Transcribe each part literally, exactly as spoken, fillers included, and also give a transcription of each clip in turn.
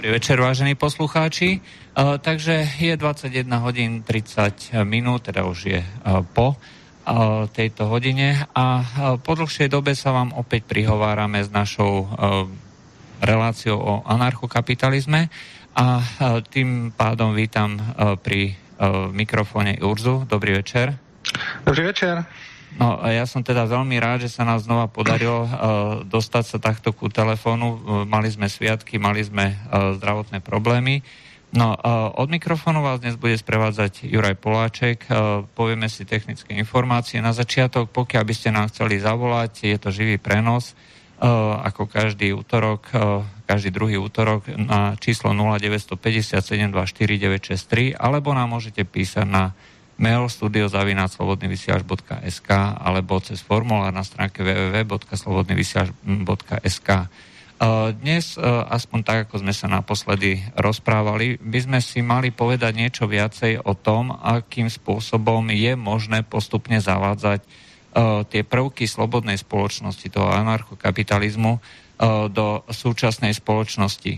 Dobrý večer, vážení poslucháči. Uh, takže je dvadsaťjeden hodín tridsať minút, teda už je uh, po uh, tejto hodine a uh, po dlhšej dobe sa vám opäť prihovárame s našou uh, reláciou o anarchokapitalizme a uh, tým pádom vítam uh, pri uh, mikrofóne Urzu. Dobrý večer. Dobrý večer. No, ja som teda veľmi rád, že sa nám znova podarilo uh, dostať sa takto ku telefónu. Uh, mali sme sviatky, mali sme uh, zdravotné problémy. No, uh, od mikrofónu vás dnes bude sprevádzať Juraj Poláček. Uh, povieme si technické informácie. Na začiatok, pokiaľ by ste nám chceli zavolať, je to živý prenos, uh, ako každý útorok, uh, každý druhý útorok na číslo nula deväť päť sedem dva štyri deväť šesť tri, alebo nám môžete písať na mail studio zavináč slobodný vysielač bodka es ká alebo cez formulár na stránke w w w bodka slobodný vysielač bodka es ká. Dnes, aspoň tak, ako sme sa naposledy rozprávali, by sme si mali povedať niečo viacej o tom, akým spôsobom je možné postupne zavádzať tie prvky slobodnej spoločnosti, toho anarchokapitalizmu do súčasnej spoločnosti.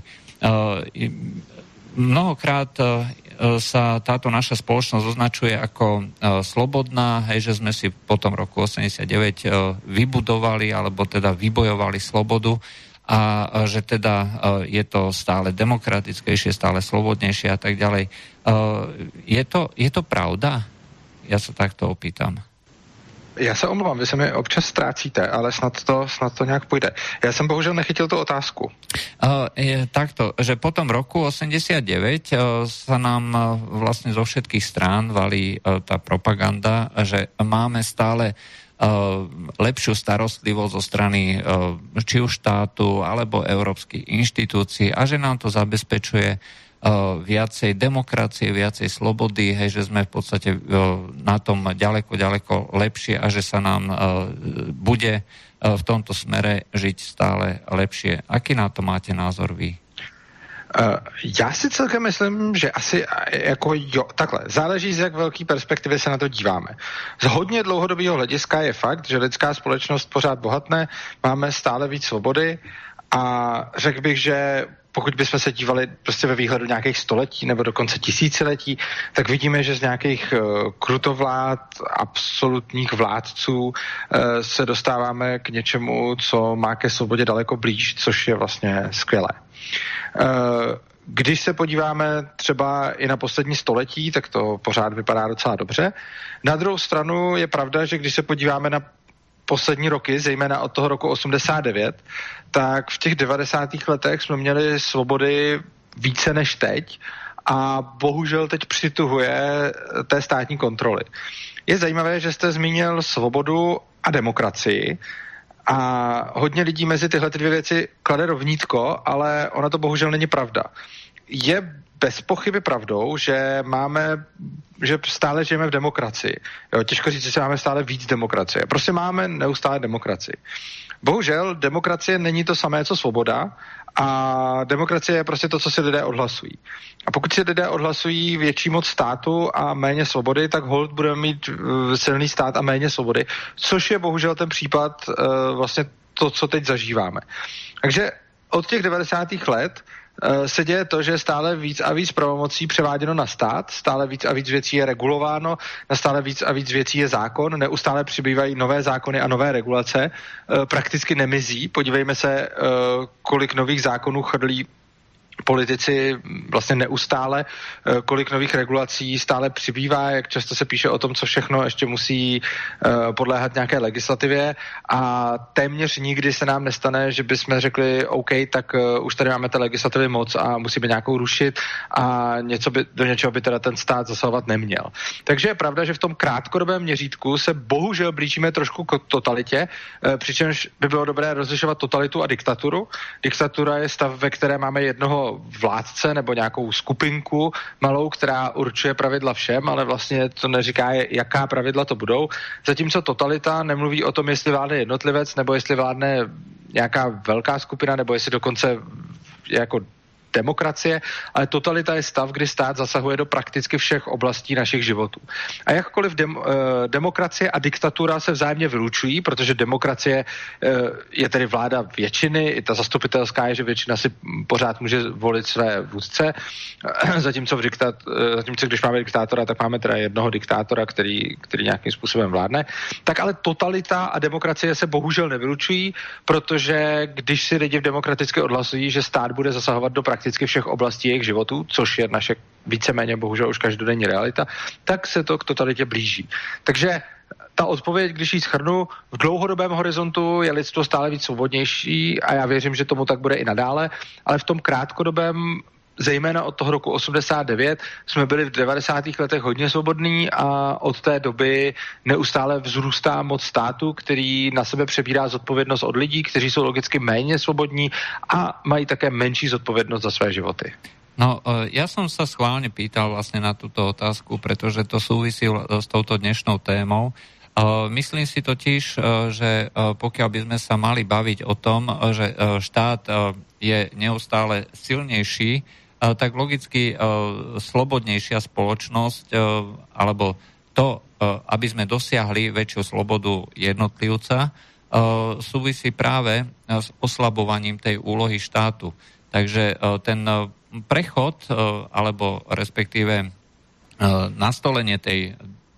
Mnohokrát sa táto naša spoločnosť označuje ako slobodná, hej, že sme si po tom roku osemdesiatdeväť vybudovali alebo teda vybojovali slobodu a že teda je to stále demokratickejšie, stále slobodnejšie a tak ďalej. Je to, je to pravda? Ja sa takto opýtam. Já se omlouvám, vy se mi občas ztrácíte, ale snad to, snad to nějak půjde. Já jsem bohužel nechytil tu otázku. Uh, je takto, že po tom roku osemdesiatdeväť uh, sa nám uh, vlastne zo všetkých strán valí uh, tá propaganda, že máme stále uh, lepšiu starostlivosť zo strany uh, či už štátu alebo európskych inštitúcií a že nám to zabezpečuje viacej demokracie, viacej slobody, hej, že sme v podstate na tom ďaleko, ďaleko lepšie a že sa nám bude v tomto smere žiť stále lepšie. Aký na to máte názor vy? Já si celkem myslím, že asi jako jo, takhle, záleží z jak velký perspektivy se na to díváme. Z hodně dlouhodobého hlediska je fakt, že lidská společnost pořád bohatne, máme stále víc svobody a řekl bych, že pokud bychom se dívali prostě ve výhledu nějakých století nebo dokonce tisíciletí, tak vidíme, že z nějakých uh, krutovlád, absolutních vládců uh, se dostáváme k něčemu, co má ke svobodě daleko blíž, což je vlastně skvělé. Uh, Když se podíváme třeba i na poslední století, tak to pořád vypadá docela dobře. Na druhou stranu je pravda, že když se podíváme na poslední roky, zejména od toho roku osmdesát devět, tak v těch devadesátých letech jsme měli svobody více než teď a bohužel teď přituhuje té státní kontroly. Je zajímavé, že jste zmínil svobodu a demokracii a hodně lidí mezi tyhle dvě věci klade rovnítko, ale ona to bohužel není pravda. Je bez pochyby pravdou, že máme, že stále žijeme v demokracii. Jo, těžko říct, že máme stále víc demokracie. Prostě máme neustále demokracii. Bohužel demokracie není to samé, co svoboda a demokracie je prostě to, co si lidé odhlasují. A pokud si lidé odhlasují větší moc státu a méně svobody, tak holt budeme mít silný stát a méně svobody, což je bohužel ten případ vlastně to, co teď zažíváme. Takže od těch devadesátých let se děje to, že stále víc a víc pravomocí převáděno na stát, stále víc a víc věcí je regulováno, na stále víc a víc věcí je zákon, neustále přibývají nové zákony a nové regulace, prakticky nemizí. Podívejme se, kolik nových zákonů chrlí politici vlastně neustále, kolik nových regulací stále přibývá, jak často se píše o tom, co všechno ještě musí podléhat nějaké legislativě a téměř nikdy se nám nestane, že bychom řekli OK, tak už tady máme té legislativy moc a musíme nějakou rušit a něco by, do něčeho by teda ten stát zasahovat neměl. Takže je pravda, že v tom krátkodobém měřítku se bohužel blížíme trošku k totalitě, přičemž by bylo dobré rozlišovat totalitu a diktaturu. Diktatura je stav, ve které máme jednoho vládce nebo nějakou skupinku malou, která určuje pravidla všem, ale vlastně to neříká, jaká pravidla to budou. Zatímco totalita nemluví o tom, jestli vládne jednotlivec, nebo jestli vládne nějaká velká skupina, nebo jestli dokonce jako demokracie, ale totalita je stav, kdy stát zasahuje do prakticky všech oblastí našich životů. A jakkoliv dem, eh, demokracie a diktatura se vzájemně vylučují, protože demokracie eh, je tedy vláda většiny, i ta zastupitelská je, že většina si pořád může volit své vůdce, zatímco, v diktat, eh, zatímco když máme diktátora, tak máme teda jednoho diktátora, který, který nějakým způsobem vládne. Tak ale totalita a demokracie se bohužel nevylučují, protože když si lidi v demokraticky odhlasují, že stát bude zasahovat do prakticky všech oblastí jejich životů, což je naše víceméně bohužel už každodenní realita, tak se to k totalitě blíží. Takže ta odpověď, když ji shrnu, v dlouhodobém horizontu je lidstvo stále víc svobodnější a já věřím, že tomu tak bude i nadále, ale v tom krátkodobém, zejména od toho roku osmdesát devět, jsme byli v devadesátých letech hodně svobodní a od té doby neustále vzrůstá moc státu, který na sebe přebírá zodpovědnost od lidí, kteří jsou logicky méně svobodní a mají také menší zodpovědnost za své životy. No, ja som sa schválne pýtal vlastne na túto otázku, pretože to súvisí s touto dnešnou témou. Myslím si totiž, že pokiaľ by sme sa mali baviť o tom, že štát je neustále silnejší, tak logicky slobodnejšia spoločnosť, alebo to, aby sme dosiahli väčšiu slobodu jednotlivca, súvisí práve s oslabovaním tej úlohy štátu. Takže ten prechod, alebo respektíve nastolenie tej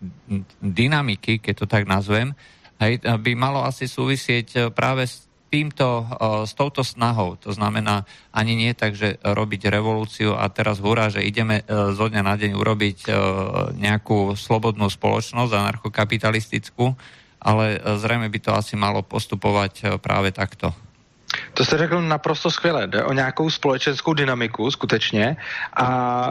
dynamiky, keď to tak nazvem, hej, by malo asi súvisieť práve s týmto, s touto snahou. To znamená ani nie tak, že robiť revolúciu a teraz hurá, že ideme zo dňa na deň urobiť nejakú slobodnú spoločnosť, anarchokapitalistickú, ale zrejme by to asi malo postupovať práve takto. To jste řekl naprosto skvěle. Jde o nějakou společenskou dynamiku skutečně a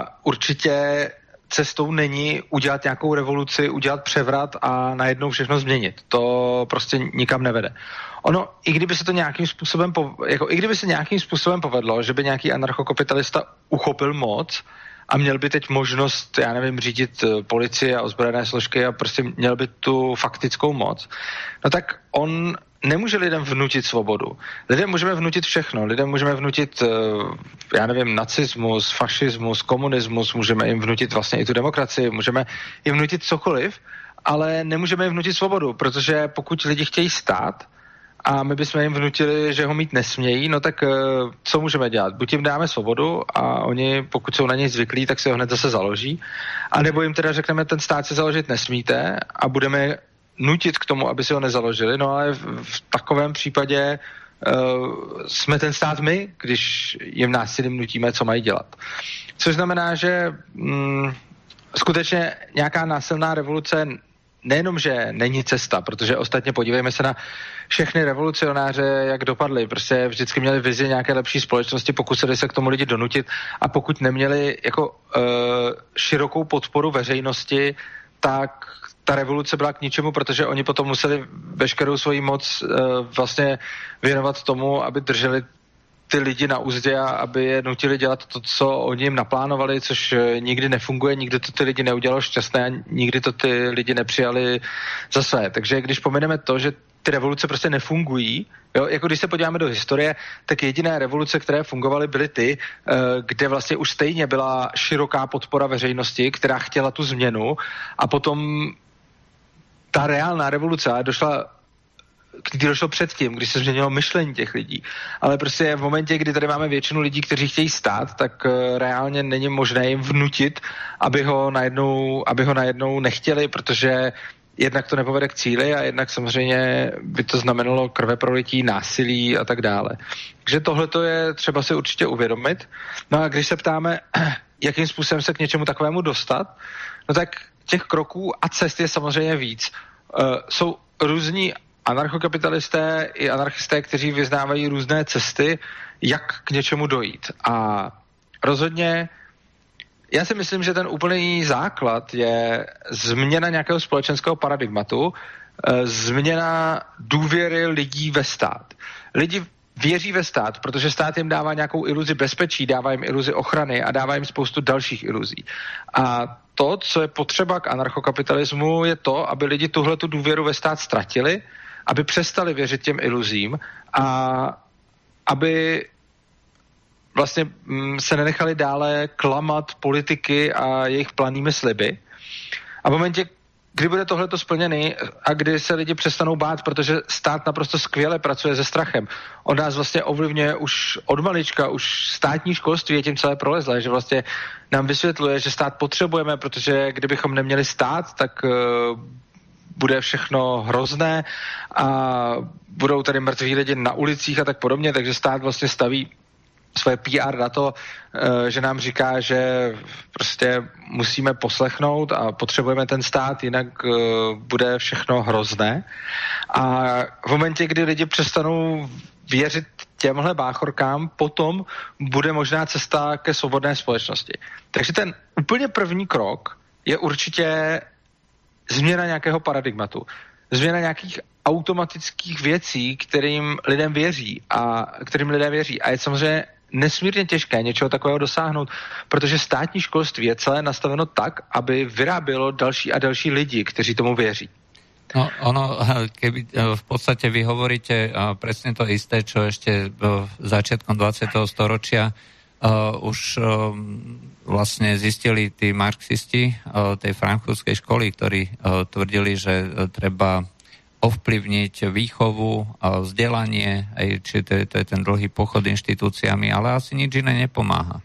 určitě cestou není udělat nějakou revoluci, udělat převrat a najednou všechno změnit. To prostě nikam nevede. Ono, i kdyby se to nějakým způsobem, jako i kdyby se nějakým způsobem povedlo, že by nějaký anarchokapitalista uchopil moc a měl by teď možnost, já nevím, řídit policii a ozbrojené složky a prostě měl by tu faktickou moc, no tak on nemůže lidem vnutit svobodu. Lidem můžeme vnutit všechno. Lidem můžeme vnutit, já nevím, nacismus, fašismus, komunismus, můžeme jim vnutit vlastně i tu demokracii, můžeme jim vnutit cokoliv, ale nemůžeme jim vnutit svobodu, protože pokud lidi chtějí stát a my bychom jim vnutili, že ho mít nesmějí, no tak co můžeme dělat? Buď jim dáme svobodu a oni, pokud jsou na něj zvyklí, tak si ho hned zase založí, anebo jim teda řekneme, ten stát si založit nesmíte a budeme nutit k tomu, aby si ho nezaložili, no ale v, v takovém případě uh, jsme ten stát my, když jim násilím nutíme, co mají dělat. Což znamená, že mm, skutečně nějaká násilná revoluce nejenom, že není cesta, protože ostatně podívejme se na všechny revolucionáře, jak dopadly. Prostě vždycky měli vizi nějaké lepší společnosti, pokusili se k tomu lidi donutit a pokud neměli jako uh, širokou podporu veřejnosti, tak ta revoluce byla k ničemu, protože oni potom museli veškerou svoji moc uh, vlastně věnovat tomu, aby drželi ty lidi na úzdě a aby je nutili dělat to, co oni jim naplánovali, což nikdy nefunguje, nikdy to ty lidi neudělalo šťastné a nikdy to ty lidi nepřijali za své. Takže když pomeneme to, že ty revoluce prostě nefungují, jo, jako když se podíváme do historie, tak jediné revoluce, které fungovaly, byly ty, kde vlastně už stejně byla široká podpora veřejnosti, která chtěla tu změnu a potom ta reálná revoluce došla kdy došlo předtím, když se změnilo myšlení těch lidí. Ale prostě v momentě, kdy tady máme většinu lidí, kteří chtějí stát, tak uh, reálně není možné jim vnutit, aby ho najednou, aby ho najednou nechtěli, protože jednak to nepovede k cíli a jednak samozřejmě by to znamenalo krveprolití, násilí a tak dále. Takže tohle to je třeba si určitě uvědomit. No a když se ptáme, jakým způsobem se k něčemu takovému dostat, no tak těch kroků a cest je samozřejmě víc. Uh, jsou různí anarchokapitalisté i anarchisté, kteří vyznávají různé cesty, jak k něčemu dojít. A rozhodně já si myslím, že ten úplný základ je změna nějakého společenského paradigmatu, změna důvěry lidí ve stát. Lidi věří ve stát, protože stát jim dává nějakou iluzi bezpečí, dává jim iluzi ochrany a dává jim spoustu dalších iluzí. A to, co je potřeba k anarchokapitalismu, je to, aby lidi tuhle tu důvěru ve stát ztratili, aby přestali věřit těm iluzím a aby vlastně se nenechali dále klamat politiky a jejich planými sliby. A v momentě, kdy bude tohleto splněný a kdy se lidi přestanou bát, protože stát naprosto skvěle pracuje se strachem. On nás vlastně ovlivňuje už od malička, už státní školství je tím celé prolezlé, že vlastně nám vysvětluje, že stát potřebujeme, protože kdybychom neměli stát, tak uh, bude všechno hrozné a budou tady mrtví lidi na ulicích a tak podobně, takže stát vlastně staví svoje P R na to, že nám říká, že prostě musíme poslechnout a potřebujeme ten stát, jinak bude všechno hrozné. A v momentě, kdy lidi přestanou věřit těmhle báchorkám, potom bude možná cesta ke svobodné společnosti. Takže ten úplně první krok je určitě změna nějakého paradigmatu. Změna nějakých automatických věcí, kterým lidem věří a kterým lidé věří. A je samozřejmě nesmírně těžké něčeho takového dosáhnout, protože státní školství je celé nastaveno tak, aby vyrábělo další a další lidi, kteří tomu věří. No, ono, keby v podstate vy hovoríte presne to isté, čo ešte začiatkom dvadsiateho storočia uh, už uh, vlastne zistili tí marxisti uh, tej frankfurtskej školy, ktorí uh, tvrdili, že uh, treba ovplyvniť výchovu, vzdelanie, či to je, to je ten dlhý pochod inštitúciami, ale asi nič iné nepomáha.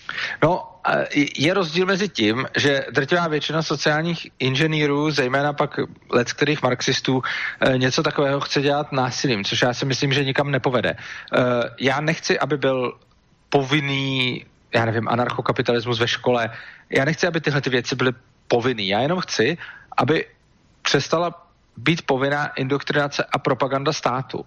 No, je rozdíl mezi tím, že drtivá většina sociálních inženýrů, zejména pak leckterých marxistů, něco takového chce dělat násilím, což já si myslím, že nikam nepovede. Já nechci, aby byl povinný, já nevím, anarchokapitalismus ve škole. Já nechci, aby tyhle ty věci byly povinný. Já jenom chci, aby přestala být povinná indoktrinace a propaganda státu.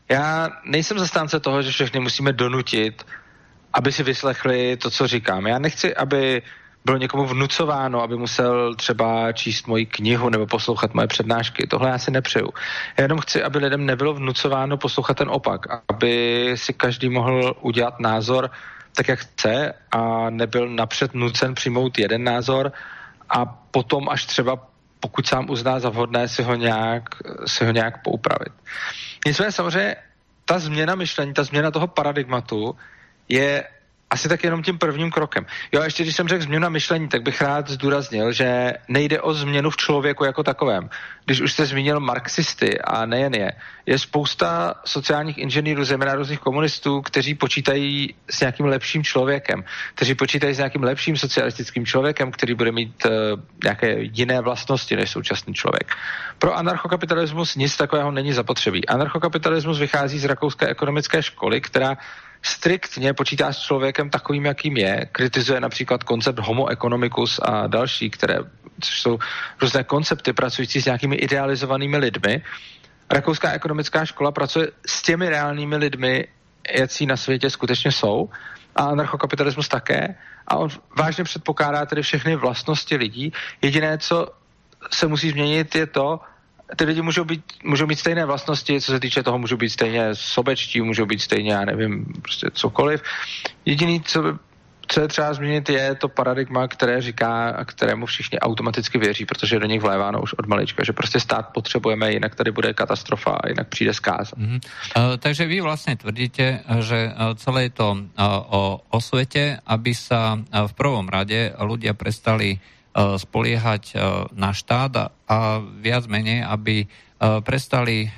Já nejsem zastánce toho, že všechny musíme donutit, aby si vyslechli to, co říkám. Já nechci, aby bylo někomu vnucováno, aby musel třeba číst moji knihu nebo poslouchat moje přednášky. Tohle já si nepřeju. Já jenom chci, aby lidem nebylo vnucováno poslouchat ten opak, aby si každý mohl udělat názor tak, jak chce a nebyl napřed nucen přijmout jeden názor a potom až třeba pokud sám uzná za vhodné si ho nějak, si ho nějak poupravit. Nicméně samozřejmě ta změna myšlení, ta změna toho paradigmatu je asi tak jenom tím prvním krokem. Jo, ještě když jsem řekl změna myšlení, tak bych rád zdůraznil, že nejde o změnu v člověku jako takovém. Když už jste zmínil marxisty a nejen je, je spousta sociálních inženýrů, zejména různých komunistů, kteří počítají s nějakým lepším člověkem, kteří počítají s nějakým lepším socialistickým člověkem, který bude mít uh, nějaké jiné vlastnosti než současný člověk. Pro anarchokapitalismus nic takového není zapotřebí. Anarchokapitalismus vychází z rakouské ekonomické školy, která striktně počítá s člověkem takovým, jakým je, kritizuje například koncept homo economicus a další, které což jsou různé koncepty pracující s nějakými idealizovanými lidmi. Rakouská ekonomická škola pracuje s těmi reálnými lidmi, jací na světě skutečně jsou, a anarchokapitalismus také. A on vážně předpokládá tedy všechny vlastnosti lidí. Jediné, co se musí změnit, je to, ty lidi můžou, být, můžou mít stejné vlastnosti, co se týče toho, můžou být stejně sobečtí, můžou být stejně, já nevím, prostě cokoliv. Jediný, co, by, co je třeba změnit, je to paradigma, které říká a kterému všichni automaticky věří, protože je do nich vléváno už od malička, že prostě stát potřebujeme, jinak tady bude katastrofa a jinak přijde zkáza. Mm-hmm. Uh, takže vy vlastně tvrdíte, že celé je to uh, o osvete, aby sa uh, v prvom rade ľudia prestali spoliehať na štát a, a viac menej, aby prestali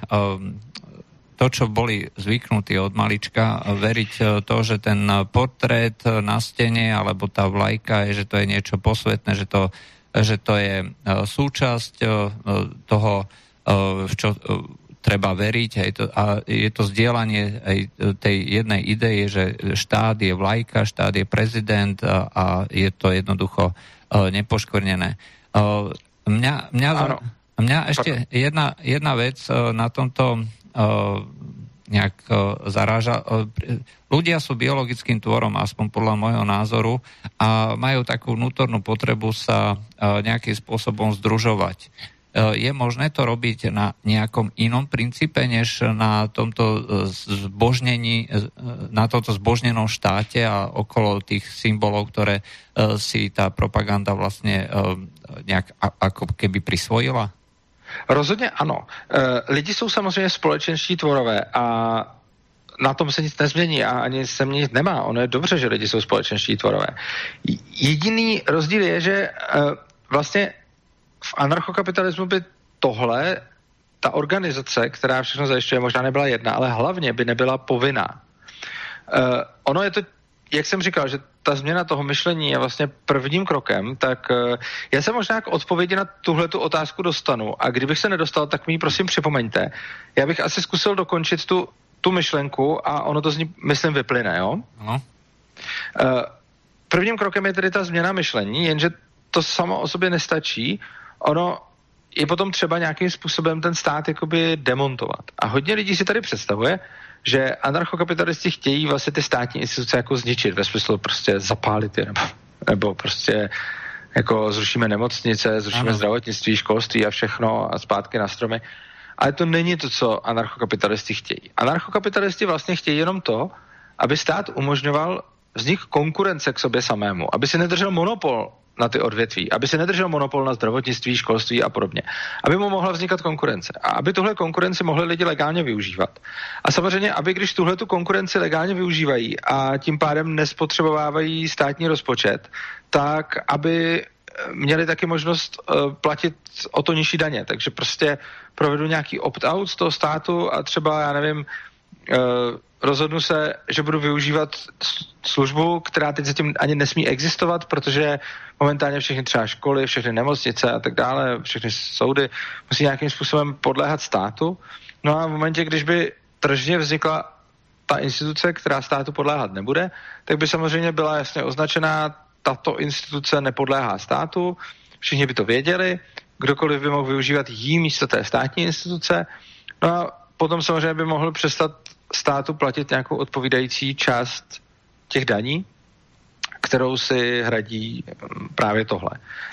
to, čo boli zvyknutí od malička, veriť to, že ten portrét na stene alebo tá vlajka je, že to je niečo posvetné, že to, že to je súčasť toho, v čo treba veriť. A je to zdieľanie tej jednej idei, že štát je vlajka, štát je prezident a je to jednoducho nepoškvrnené. Mňa, mňa, mňa ešte jedna, jedna vec na tomto nejak zaráža. Ľudia sú biologickým tvorom, aspoň podľa môjho názoru, a majú takú vnútornú potrebu sa nejakým spôsobom združovať. Je možné to robiť na nejakom inom princípe, než na tomto zbožnení, na tomto zbožnenom štáte a okolo tých symbolov, ktoré si tá propaganda vlastne nejak ako keby prisvojila? Rozhodně ano. Lidi jsou samozřejmě společenští tvorové a na tom se nic nezmění a ani se měnit nemá. Ono je dobře, že lidi jsou společenští tvorové. Jediný rozdíl je, že uh, vlastně v anarchokapitalismu by tohle, ta organizace, která všechno zajišťuje, možná nebyla jedna, ale hlavně by nebyla povinná. Uh, ono je to, jak jsem říkal, že ta změna toho myšlení je vlastně prvním krokem, tak uh, já se možná k odpovědi na tuhletu otázku dostanu a kdybych se nedostal, tak mi ji prosím připomeňte. Já bych asi zkusil dokončit tu, tu myšlenku a ono to z ní, myslím, vyplyne, jo? No. Uh, prvním krokem je tedy ta změna myšlení, jenže to samo o sobě nestačí. Ono je potom třeba nějakým způsobem ten stát jakoby demontovat. A hodně lidí si tady představuje, že anarchokapitalisti chtějí vlastně ty státní instituce jako zničit, ve smyslu prostě zapálit je, nebo, nebo prostě jako zrušíme nemocnice, zrušíme ano. zdravotnictví, školství a všechno a zpátky na stromy. Ale to není to, co anarchokapitalisti chtějí. Anarchokapitalisti vlastně chtějí jenom to, aby stát umožňoval vznik konkurence k sobě samému, aby si nedržel monopol na ty odvětví, aby si nedržel monopol na zdravotnictví, školství a podobně. Aby mu mohla vznikat konkurence. A aby tuhle konkurenci mohli lidi legálně využívat. A samozřejmě, aby když tuhle tu konkurenci legálně využívají a tím pádem nespotřebovávají státní rozpočet, tak aby měli taky možnost uh, platit o to nižší daně. Takže prostě provedu nějaký opt-out z toho státu a třeba, já nevím, uh, rozhodnu se, že budu využívat službu, která teď zatím ani nesmí existovat, protože momentálně všechny třeba školy, všechny nemocnice a tak dále, všechny soudy musí nějakým způsobem podléhat státu. No a v momentě, když by tržně vznikla ta instituce, která státu podléhat nebude, tak by samozřejmě byla jasně označená, tato instituce nepodléhá státu, všichni by to věděli, kdokoliv by mohl využívat jí místo té státní instituce. No a potom samozřejmě by mohl přestat státu platit nějakou odpovídající část těch daní, kterou si hradí právě tohle.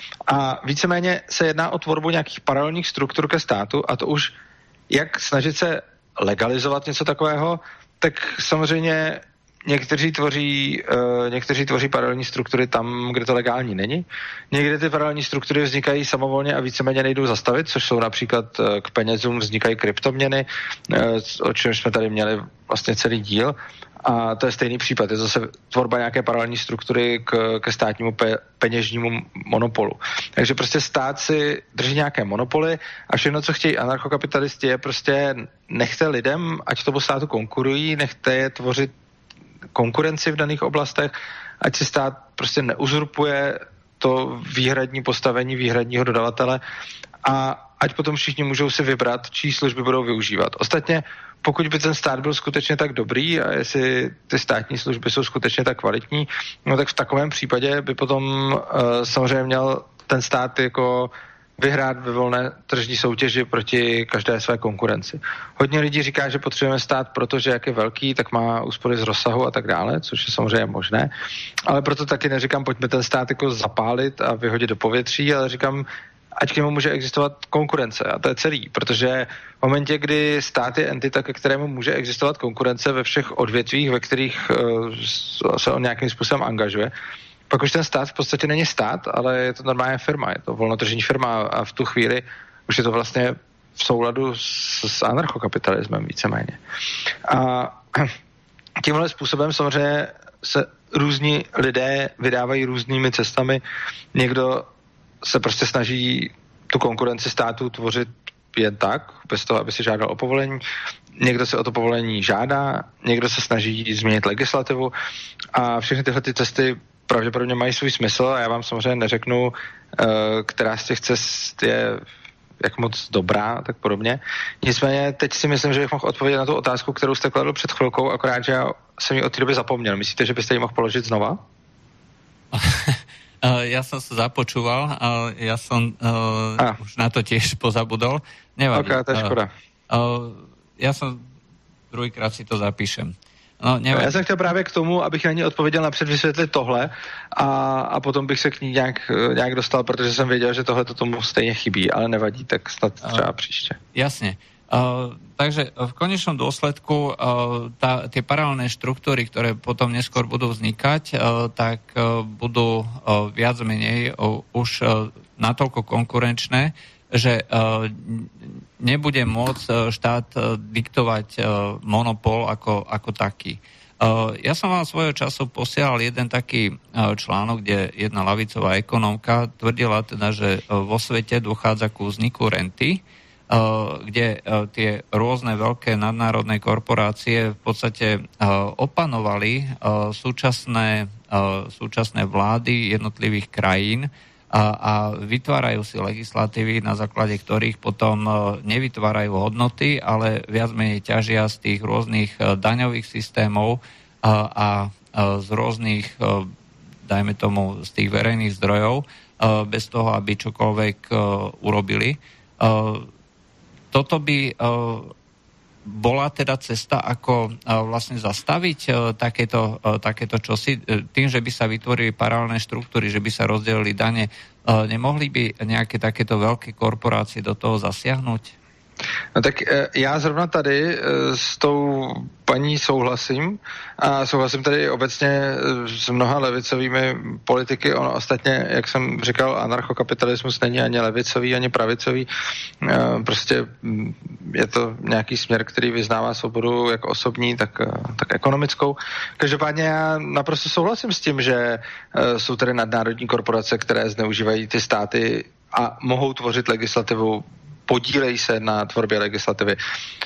A víceméně se jedná o tvorbu nějakých paralelních struktur ke státu a to už jak snažit se legalizovat něco takového, tak samozřejmě někteří tvoří, uh, někteří tvoří paralelní struktury tam, kde to legální není. Někde ty paralelní struktury vznikají samovolně a víceméně nejdou zastavit, což jsou například uh, k penězům vznikají kryptoměny, uh, o čem jsme tady měli vlastně celý díl. A to je stejný případ. Je zase tvorba nějaké paralelní struktury k, ke státnímu pe, peněžnímu monopolu. Takže prostě stát si drží nějaké monopoly a všechno, co chtějí anarchokapitalisti, je prostě nechte lidem, ať tomu státu konkurují, nechte je tvořit konkurenci v daných oblastech, ať si stát prostě neuzurpuje to výhradní postavení výhradního dodavatele a ať potom všichni můžou si vybrat, čí služby budou využívat. Ostatně, pokud by ten stát byl skutečně tak dobrý a jestli ty státní služby jsou skutečně tak kvalitní, no tak v takovém případě by potom uh, samozřejmě měl ten stát jako vyhrát ve volné tržní soutěži proti každé své konkurenci. Hodně lidí říká, že potřebujeme stát, protože jak je velký, tak má úspory z rozsahu a tak dále, což je samozřejmě možné, ale proto taky neříkám, pojďme ten stát jako zapálit a vyhodit do povětří, ale říkám, ať k němu může existovat konkurence a to je celý, protože v momentě, kdy stát je entita, ke kterému může existovat konkurence ve všech odvětvích, ve kterých uh, se on nějakým způsobem angažuje, pak už ten stát v podstatě není stát, ale je to normálně firma, je to volnotržní firma a v tu chvíli už je to vlastně v souladu s, s anarchokapitalismem víceméně. A tímhle způsobem samozřejmě se různí lidé vydávají různými cestami. Někdo se prostě snaží tu konkurenci státu tvořit jen tak, bez toho, aby si žádal o povolení. Někdo se o to povolení žádá, někdo se snaží změnit legislativu a všechny tyhle ty cesty pravděpodobně mají svůj smysl a já vám samozřejmě neřeknu, která z těch cest je jak moc dobrá, tak podobně. Nicméně teď si myslím, že bych mohl odpovědět na tu otázku, kterou jste kladl před chvilkou, akorát, že já jsem ji od té doby zapomněl. Myslíte, že byste ji mohl položit znova? Ja som sa započúval, ale ja som uh, ah. už na to tiež pozabudol. Nevadí. Ok, to je škoda. Uh, uh, ja som druhýkrát si to zapíšem. No, no, já jsem chtěl právě k tomu, abych na ní odpověděl napřed vysvětlit tohle a, a potom bych se k ní nějak, nějak dostal, protože jsem věděl, že tohle to tomu stejně chybí, ale nevadí, tak snad třeba uh, příště. Jasně. Uh, takže v konečnom dôsledku uh, tá, tie paralelné štruktúry, ktoré potom neskôr budú vznikať, uh, tak uh, budú uh, viac menej uh, už uh, natoľko konkurenčné, že uh, nebude môcť štát diktovať monopol ako, ako taký. Ja som vám svojho času posielal jeden taký článok, kde jedna ľavicová ekonómka tvrdila teda, že vo svete dochádza ku vzniku renty, kde tie rôzne veľké nadnárodné korporácie v podstate opanovali súčasné, súčasné vlády jednotlivých krajín a, a vytvárajú si legislatívy, na základe ktorých potom nevytvárajú hodnoty, ale viac menej ťažia z tých rôznych daňových systémov a, a z rôznych, dajme tomu, z tých verejných zdrojov, bez toho, aby čokoľvek urobili. Toto by bola teda cesta, ako vlastne zastaviť takéto, takéto čosi, tým, že by sa vytvorili paralelné štruktúry, že by sa rozdelili dane. Nemohli by nejaké takéto veľké korporácie do toho zasiahnuť? No tak já zrovna tady s tou paní souhlasím a souhlasím tady obecně s mnoha levicovými politiky. Ono ostatně, jak jsem říkal, anarchokapitalismus není ani levicový, ani pravicový. Prostě je to nějaký směr, který vyznává svobodu jak osobní, tak, tak ekonomickou. Každopádně já naprosto souhlasím s tím, že jsou tady nadnárodní korporace, které zneužívají ty státy a mohou tvořit legislativu, podílej se na tvorbě legislativy.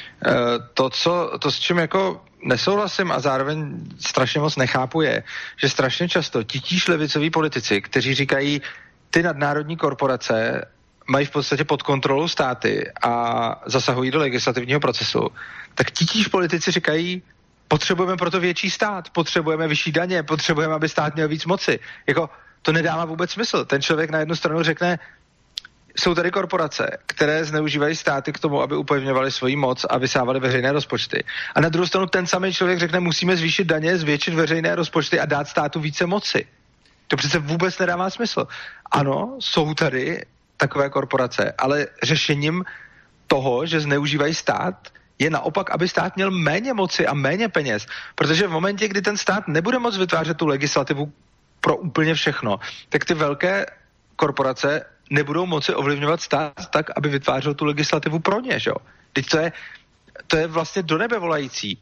To, co, to, s čím jako nesouhlasím a zároveň strašně moc nechápu, je, že strašně často titíž levicoví politici, kteří říkají, ty nadnárodní korporace mají v podstatě pod kontrolou státy a zasahují do legislativního procesu, tak titíž politici říkají, potřebujeme proto větší stát, potřebujeme vyšší daně, potřebujeme, aby stát měl víc moci. Jako, to nedává vůbec smysl. Ten člověk na jednu stranu řekne, jsou tady korporace, které zneužívají státy k tomu, aby upevňovaly svoji moc a vysávaly veřejné rozpočty. A na druhou stranu ten samý člověk řekne, musíme zvýšit daně, zvětšit veřejné rozpočty a dát státu více moci. To přece vůbec nedává smysl. Ano, jsou tady takové korporace, ale řešením toho, že zneužívají stát, je naopak, aby stát měl méně moci a méně peněz. Protože v momentě, kdy ten stát nebude moct vytvářet tu legislativu pro úplně všechno, tak ty velké korporace nebudou moci ovlivňovat stát tak, aby vytvářel tu legislativu pro ně, že jo? Teď to je, to je vlastně do nebe volající.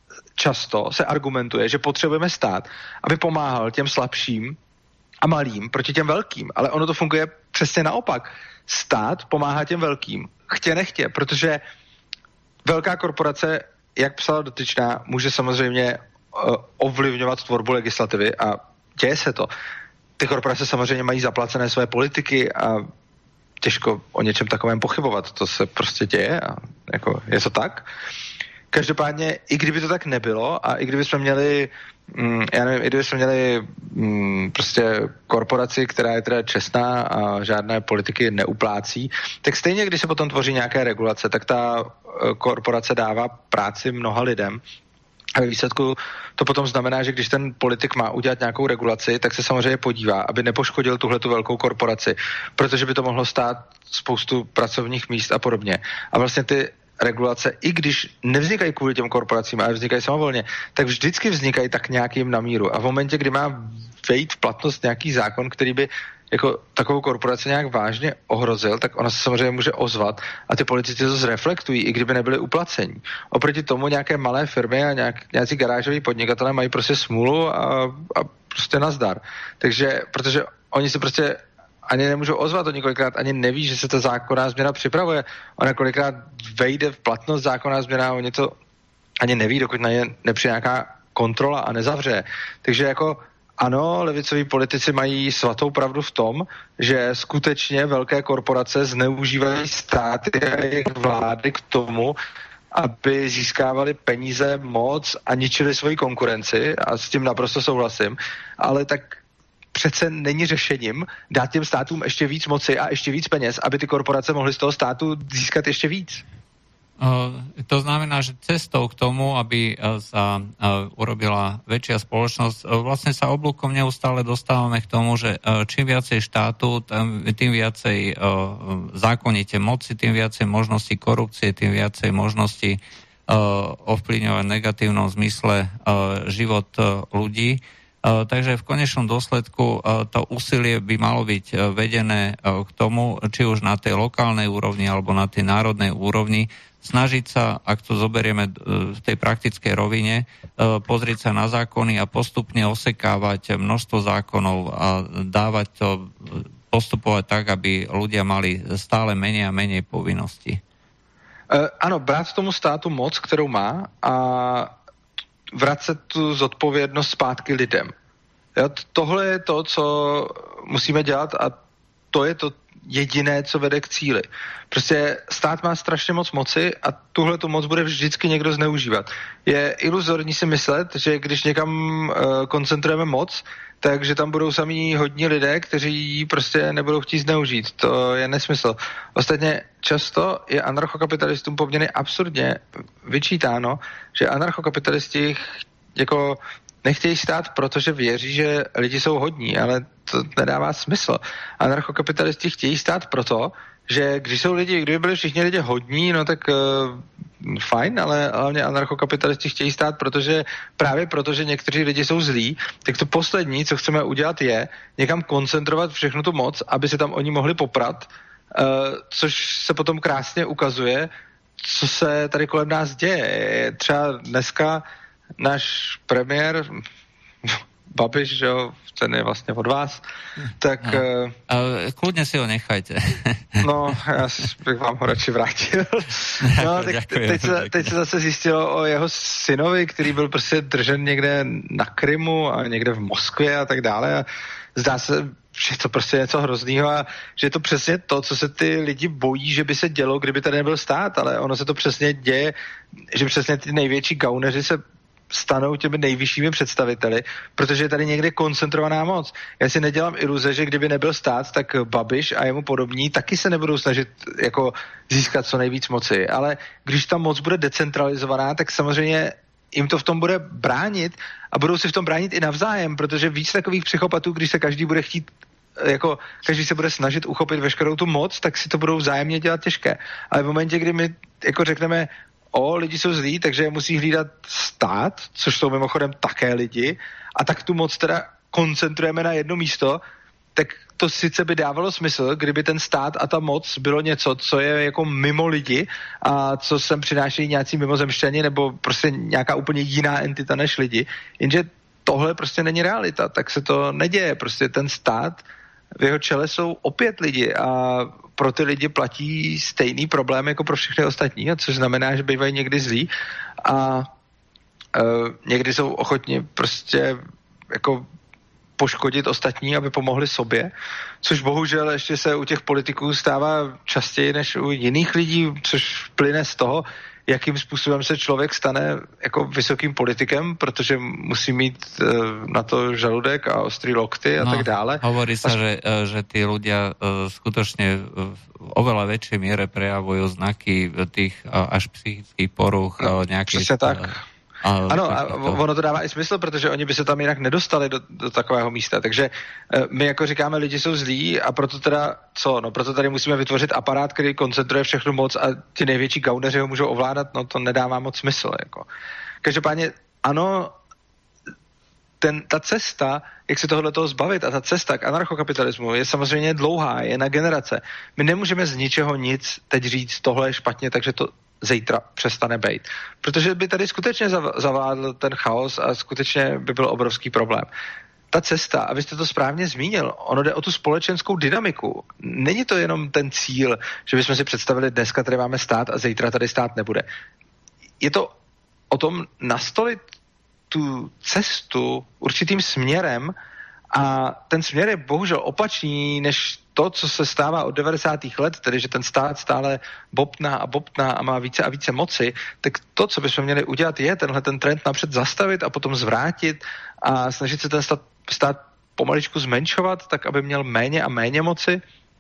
Často se argumentuje, že potřebujeme stát, aby pomáhal těm slabším a malým proti těm velkým, ale ono to funguje přesně naopak. Stát pomáhá těm velkým, chtě nechtě, protože velká korporace, jak psala dotyčná, může samozřejmě uh, ovlivňovat tvorbu legislativy a děje se to. Ty korporace samozřejmě mají zaplacené své politiky a těžko o něčem takovém pochybovat. To se prostě děje a jako je to tak. Každopádně, i kdyby to tak nebylo a i kdyby jsme měli, mm, já nevím, i kdyby jsme měli mm, prostě korporaci, která je teda čestná a žádné politiky neuplácí, tak stejně, když se potom tvoří nějaké regulace, tak ta korporace dává práci mnoha lidem. A ve výsledku to potom znamená, že když ten politik má udělat nějakou regulaci, tak se samozřejmě podívá, aby nepoškodil tuhletu velkou korporaci, protože by to mohlo stát spoustu pracovních míst a podobně. A vlastně ty regulace, i když nevznikají kvůli těm korporacím, ale vznikají samovolně, tak vždycky vznikají tak nějakým na míru. A v momentě, kdy má vejít v platnost nějaký zákon, který by jako takovou korporaci nějak vážně ohrozil, tak ona se samozřejmě může ozvat a ty politici to zreflektují, i kdyby nebyli uplacení. Oproti tomu nějaké malé firmy a nějak, nějací garážoví podnikatelé mají prostě smůlu a, a prostě nazdar. Takže, protože oni si prostě ani nemůžou ozvat, oni kolikrát ani neví, že se ta zákonná změna připravuje. Ona kolikrát vejde v platnost zákonná změna a oni to ani neví, dokud na ně nepřijde nějaká kontrola a nezavře. Takže jako ano, levicoví politici mají svatou pravdu v tom, že skutečně velké korporace zneužívají státy a jejich vlády k tomu, aby získávali peníze, moc a ničili svoji konkurenci a s tím naprosto souhlasím, ale tak přece není řešením dát těm státům ještě víc moci a ještě víc peněz, aby ty korporace mohly z toho státu získat ještě víc. To znamená, že cestou k tomu, aby sa urobila väčšia spoločnosť, vlastne sa oblúkom neustále dostávame k tomu, že čím viacej štátu, tým viacej zákonite moci, tým viacej možností korupcie, tým viacej možností ovplyvňovať v negatívnom zmysle život ľudí. Takže v konečnom dôsledku to úsilie by malo byť vedené k tomu, či už na tej lokálnej úrovni alebo na tej národnej úrovni, snažiť sa, ak to zoberieme v tej praktickej rovine, pozrieť sa na zákony a postupne osekávať množstvo zákonov a dávať to, postupovať tak, aby ľudia mali stále menej a menej povinností. Uh, ano, brát tomu státu moc, kterou má, a vracet tu zodpovědnost zpátky lidem. Jo, tohle je to, co musíme dělat, a to je to jediné, co vede k cíli. Prostě stát má strašně moc moci a tuhle tu moc bude vždycky někdo zneužívat. Je iluzorní si myslet, že když někam uh, koncentrujeme moc, takže tam budou samý hodní lidé, kteří ji prostě nebudou chtít zneužít. To je nesmysl. Ostatně často je anarchokapitalistům poměrně absurdně vyčítáno, že anarchokapitalisti jako nechtějí stát, protože věří, že lidi jsou hodní, ale to nedává smysl. Anarchokapitalisti chtějí stát proto, že když jsou lidi, kdyby byli všichni lidi hodní, no tak uh, fajn, ale hlavně anarchokapitalisti chtějí stát, protože právě proto, že někteří lidi jsou zlí, tak to poslední, co chceme udělat, je někam koncentrovat všechnu tu moc, aby se tam oni mohli poprat, uh, což se potom krásně ukazuje, co se tady kolem nás děje. Třeba dneska náš premiér Babiš, že jo, ten je vlastně od vás, tak... No. Uh, Kľudne si ho nechajte. No, já bych vám ho radši vrátil. No, tak děkuji, teď, se, teď se zase zjistilo o jeho synovi, který byl prostě držen někde na Krymu a někde v Moskvě a tak dále. A zdá se, že to prostě je něco hroznýho a že je to přesně to, co se ty lidi bojí, že by se dělo, kdyby tady nebyl stát, ale ono se to přesně děje, že přesně ty největší gauneři se stanou těmi nejvyššími představiteli, protože je tady někde koncentrovaná moc. Já si nedělám iluze, že kdyby nebyl stát, tak Babiš a jemu podobní taky se nebudou snažit jako získat co nejvíc moci, ale když ta moc bude decentralizovaná, tak samozřejmě jim to v tom bude bránit a budou si v tom bránit i navzájem, protože víc takových psychopatů, když se každý bude chtít jako každý se bude snažit uchopit veškerou tu moc, tak si to budou vzájemně dělat těžké. Ale v momentě, kdy my jako řekneme, o, lidi jsou zlí, takže musí hlídat stát, což jsou mimochodem také lidi, a tak tu moc teda koncentrujeme na jedno místo, tak to sice by dávalo smysl, kdyby ten stát a ta moc bylo něco, co je jako mimo lidi a co sem přinášejí nějací mimozemšťani nebo prostě nějaká úplně jiná entita než lidi, jenže tohle prostě není realita, tak se to neděje, prostě ten stát, v jeho čele jsou opět lidi a pro ty lidi platí stejný problém jako pro všechny ostatní, což znamená, že bývají někdy zlí a uh, někdy jsou ochotni prostě jako poškodit ostatní, aby pomohli sobě, což bohužel ještě se u těch politiků stává častěji než u jiných lidí, což plyne z toho, jakým způsobem se člověk stane jako vysokým politikem, protože musí mít uh, na to žaludek a ostrý lokty a no, tak dále. Hovorí sa, a... že, že tí ľudia uh, skutočne v oveľa väčšej miere prejavujú znaky tých uh, až psychických poruch. Uh, nejakých, Přesně tak. Uh, ano, a ono to dává i smysl, protože oni by se tam jinak nedostali do, do takového místa. Takže uh, my jako říkáme, lidi jsou zlí a proto teda co? No proto tady musíme vytvořit aparát, který koncentruje všechnu moc a ti největší gauneři ho můžou ovládat, no to nedává moc smysl. Jako. Každopádně ano, ten, ta cesta, jak se tohoto zbavit a ta cesta k anarchokapitalismu je samozřejmě dlouhá, je na generace. My nemůžeme z ničeho nic teď říct, tohle je špatně, takže to zítra přestane bejt. Protože by tady skutečně zavládl ten chaos a skutečně by byl obrovský problém. Ta cesta, a vy jste to správně zmínil, ono jde o tu společenskou dynamiku. Není to jenom ten cíl, že bychom si představili, dneska tady máme stát a zítra tady stát nebude. Je to o tom nastolit tu cestu určitým směrem a ten směr je bohužel opačný než to, co se stává od devadesátých let, tedy že ten stát stále bobtná a bobtná a má více a více moci, tak to, co bychom měli udělat, je tenhle ten trend napřed zastavit a potom zvrátit a snažit se ten stát, stát pomaličku zmenšovat, tak aby měl méně a méně moci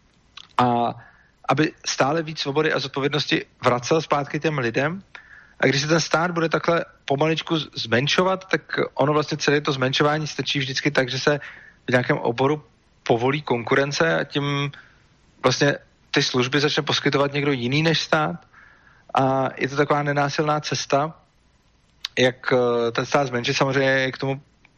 a aby stále víc svobody a zodpovědnosti vracel zpátky těm lidem. A když se ten stát bude takhle pomaličku zmenšovat, tak ono vlastně celé to zmenšování stačí vždycky tak, že se v nějakém oboru povolí konkurence a tím vlastně ty služby začne poskytovat někdo jiný než stát a je to taková nenásilná cesta, jak ten stát zmenšit. Samozřejmě je k tomu jako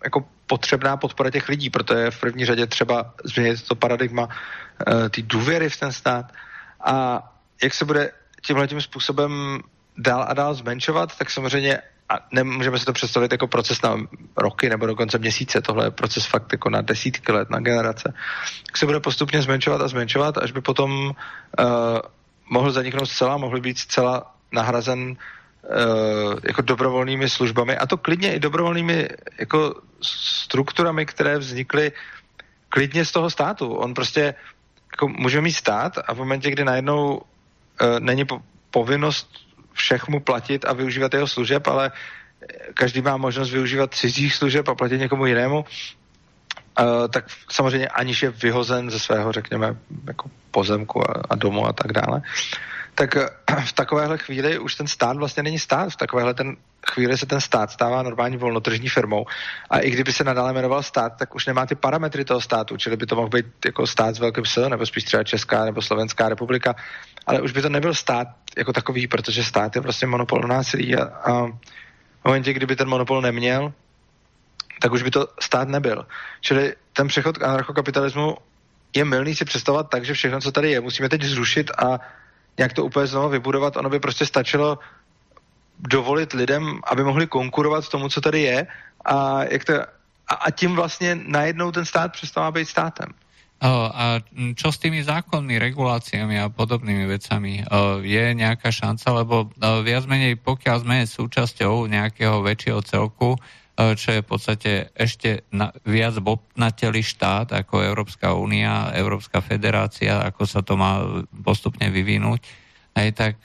potřebná podpora těch lidí, proto je v první řadě třeba změnit to paradigma uh, ty důvěry v ten stát. A jak se bude tímhletím způsobem dál a dál zmenšovat, tak samozřejmě a nemůžeme si to představit jako proces na roky nebo dokonce měsíce, tohle je proces fakt jako na desítky let, na generace. Tak se bude postupně zmenšovat a zmenšovat, až by potom uh, mohl zaniknout zcela, mohl být zcela nahrazen uh, jako dobrovolnými službami, a to klidně i dobrovolnými jako strukturami, které vznikly klidně z toho státu. On prostě jako může mít stát a v momentě, kdy najednou uh, není po, povinnost všech mu platit a využívat jeho služeb, ale každý má možnost využívat cizích služeb a platit někomu jinému, uh, tak samozřejmě aniž je vyhozen ze svého, řekněme, jako pozemku a, a domu a tak dále, tak uh, v takovéhle chvíli už ten stát vlastně není stát. V takovéhle ten chvíli se ten stát stává normální volnotržní firmou. A i kdyby se nadále jmenoval stát, tak už nemá ty parametry toho státu, čili by to mohl být jako stát s velkým S, nebo spíš třeba Česká nebo Slovenská republika, ale už by to nebyl stát jako takový, protože stát je vlastně monopol na násilí a, a v momentě, kdyby ten monopol neměl, tak už by to stát nebyl. Čili ten přechod k anarchokapitalismu je mylný si představovat tak, že všechno, co tady je, musíme teď zrušit a nějak to úplně znovu vybudovat. Ono by prostě stačilo dovolit lidem, aby mohli konkurovat tomu, co tady je, a, jak to, a, a tím vlastně najednou ten stát přestává být státem. A čo s tými zákonmi, reguláciami a podobnými vecami? Je nejaká šanca, lebo viac menej, pokiaľ sme súčasťou nejakého väčšieho celku, čo je v podstate ešte na, viac bobnatelý štát ako Európska únia, Európska federácia, ako sa to má postupne vyvinúť, aj tak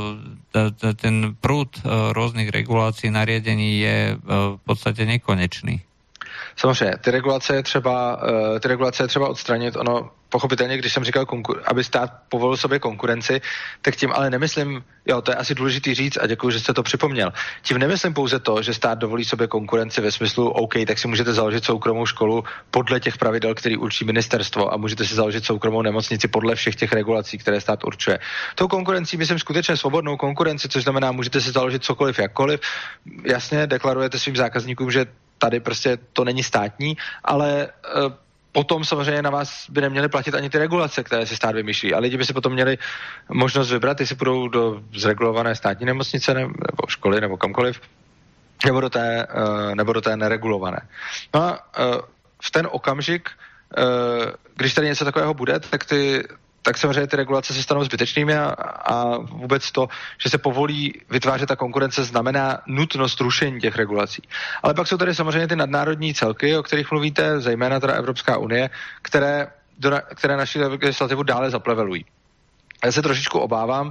ten prúd rôznych regulácií, nariadení je v podstate nekonečný. Samozřejmě, ty regulace je třeba, uh, ty regulace je třeba odstranit. Ono, pochopitelně, když jsem říkal, konkur- aby stát povolil sobě konkurenci, tak tím ale nemyslím, jo, to je asi důležitý říct a děkuji, že jste to připomněl. Tím nemyslím pouze to, že stát dovolí sobě konkurenci ve smyslu, OK, tak si můžete založit soukromou školu podle těch pravidel, který určí ministerstvo, a můžete si založit soukromou nemocnici podle všech těch regulací, které stát určuje. Tou konkurencí myslím skutečně svobodnou konkurenci, což znamená, můžete si založit cokoliv, jakkoliv. Jasně deklarujete svým zákazníkům, že tady prostě to není státní, ale e, potom samozřejmě na vás by neměly platit ani ty regulace, které si stát vymýšlí. A lidi by si potom měli možnost vybrat, jestli půjdou do zregulované státní nemocnice nebo školy nebo kamkoliv, nebo do té, e, nebo do té neregulované. No a e, v ten okamžik, e, když tady něco takového bude, tak ty tak samozřejmě ty regulace se stanou zbytečnými a, a vůbec to, že se povolí vytvářet ta konkurence, znamená nutnost rušení těch regulací. Ale pak jsou tady samozřejmě ty nadnárodní celky, o kterých mluvíte, zejména teda Evropská unie, které, do, které naši legislativu dále zaplevelují. Já se trošičku obávám,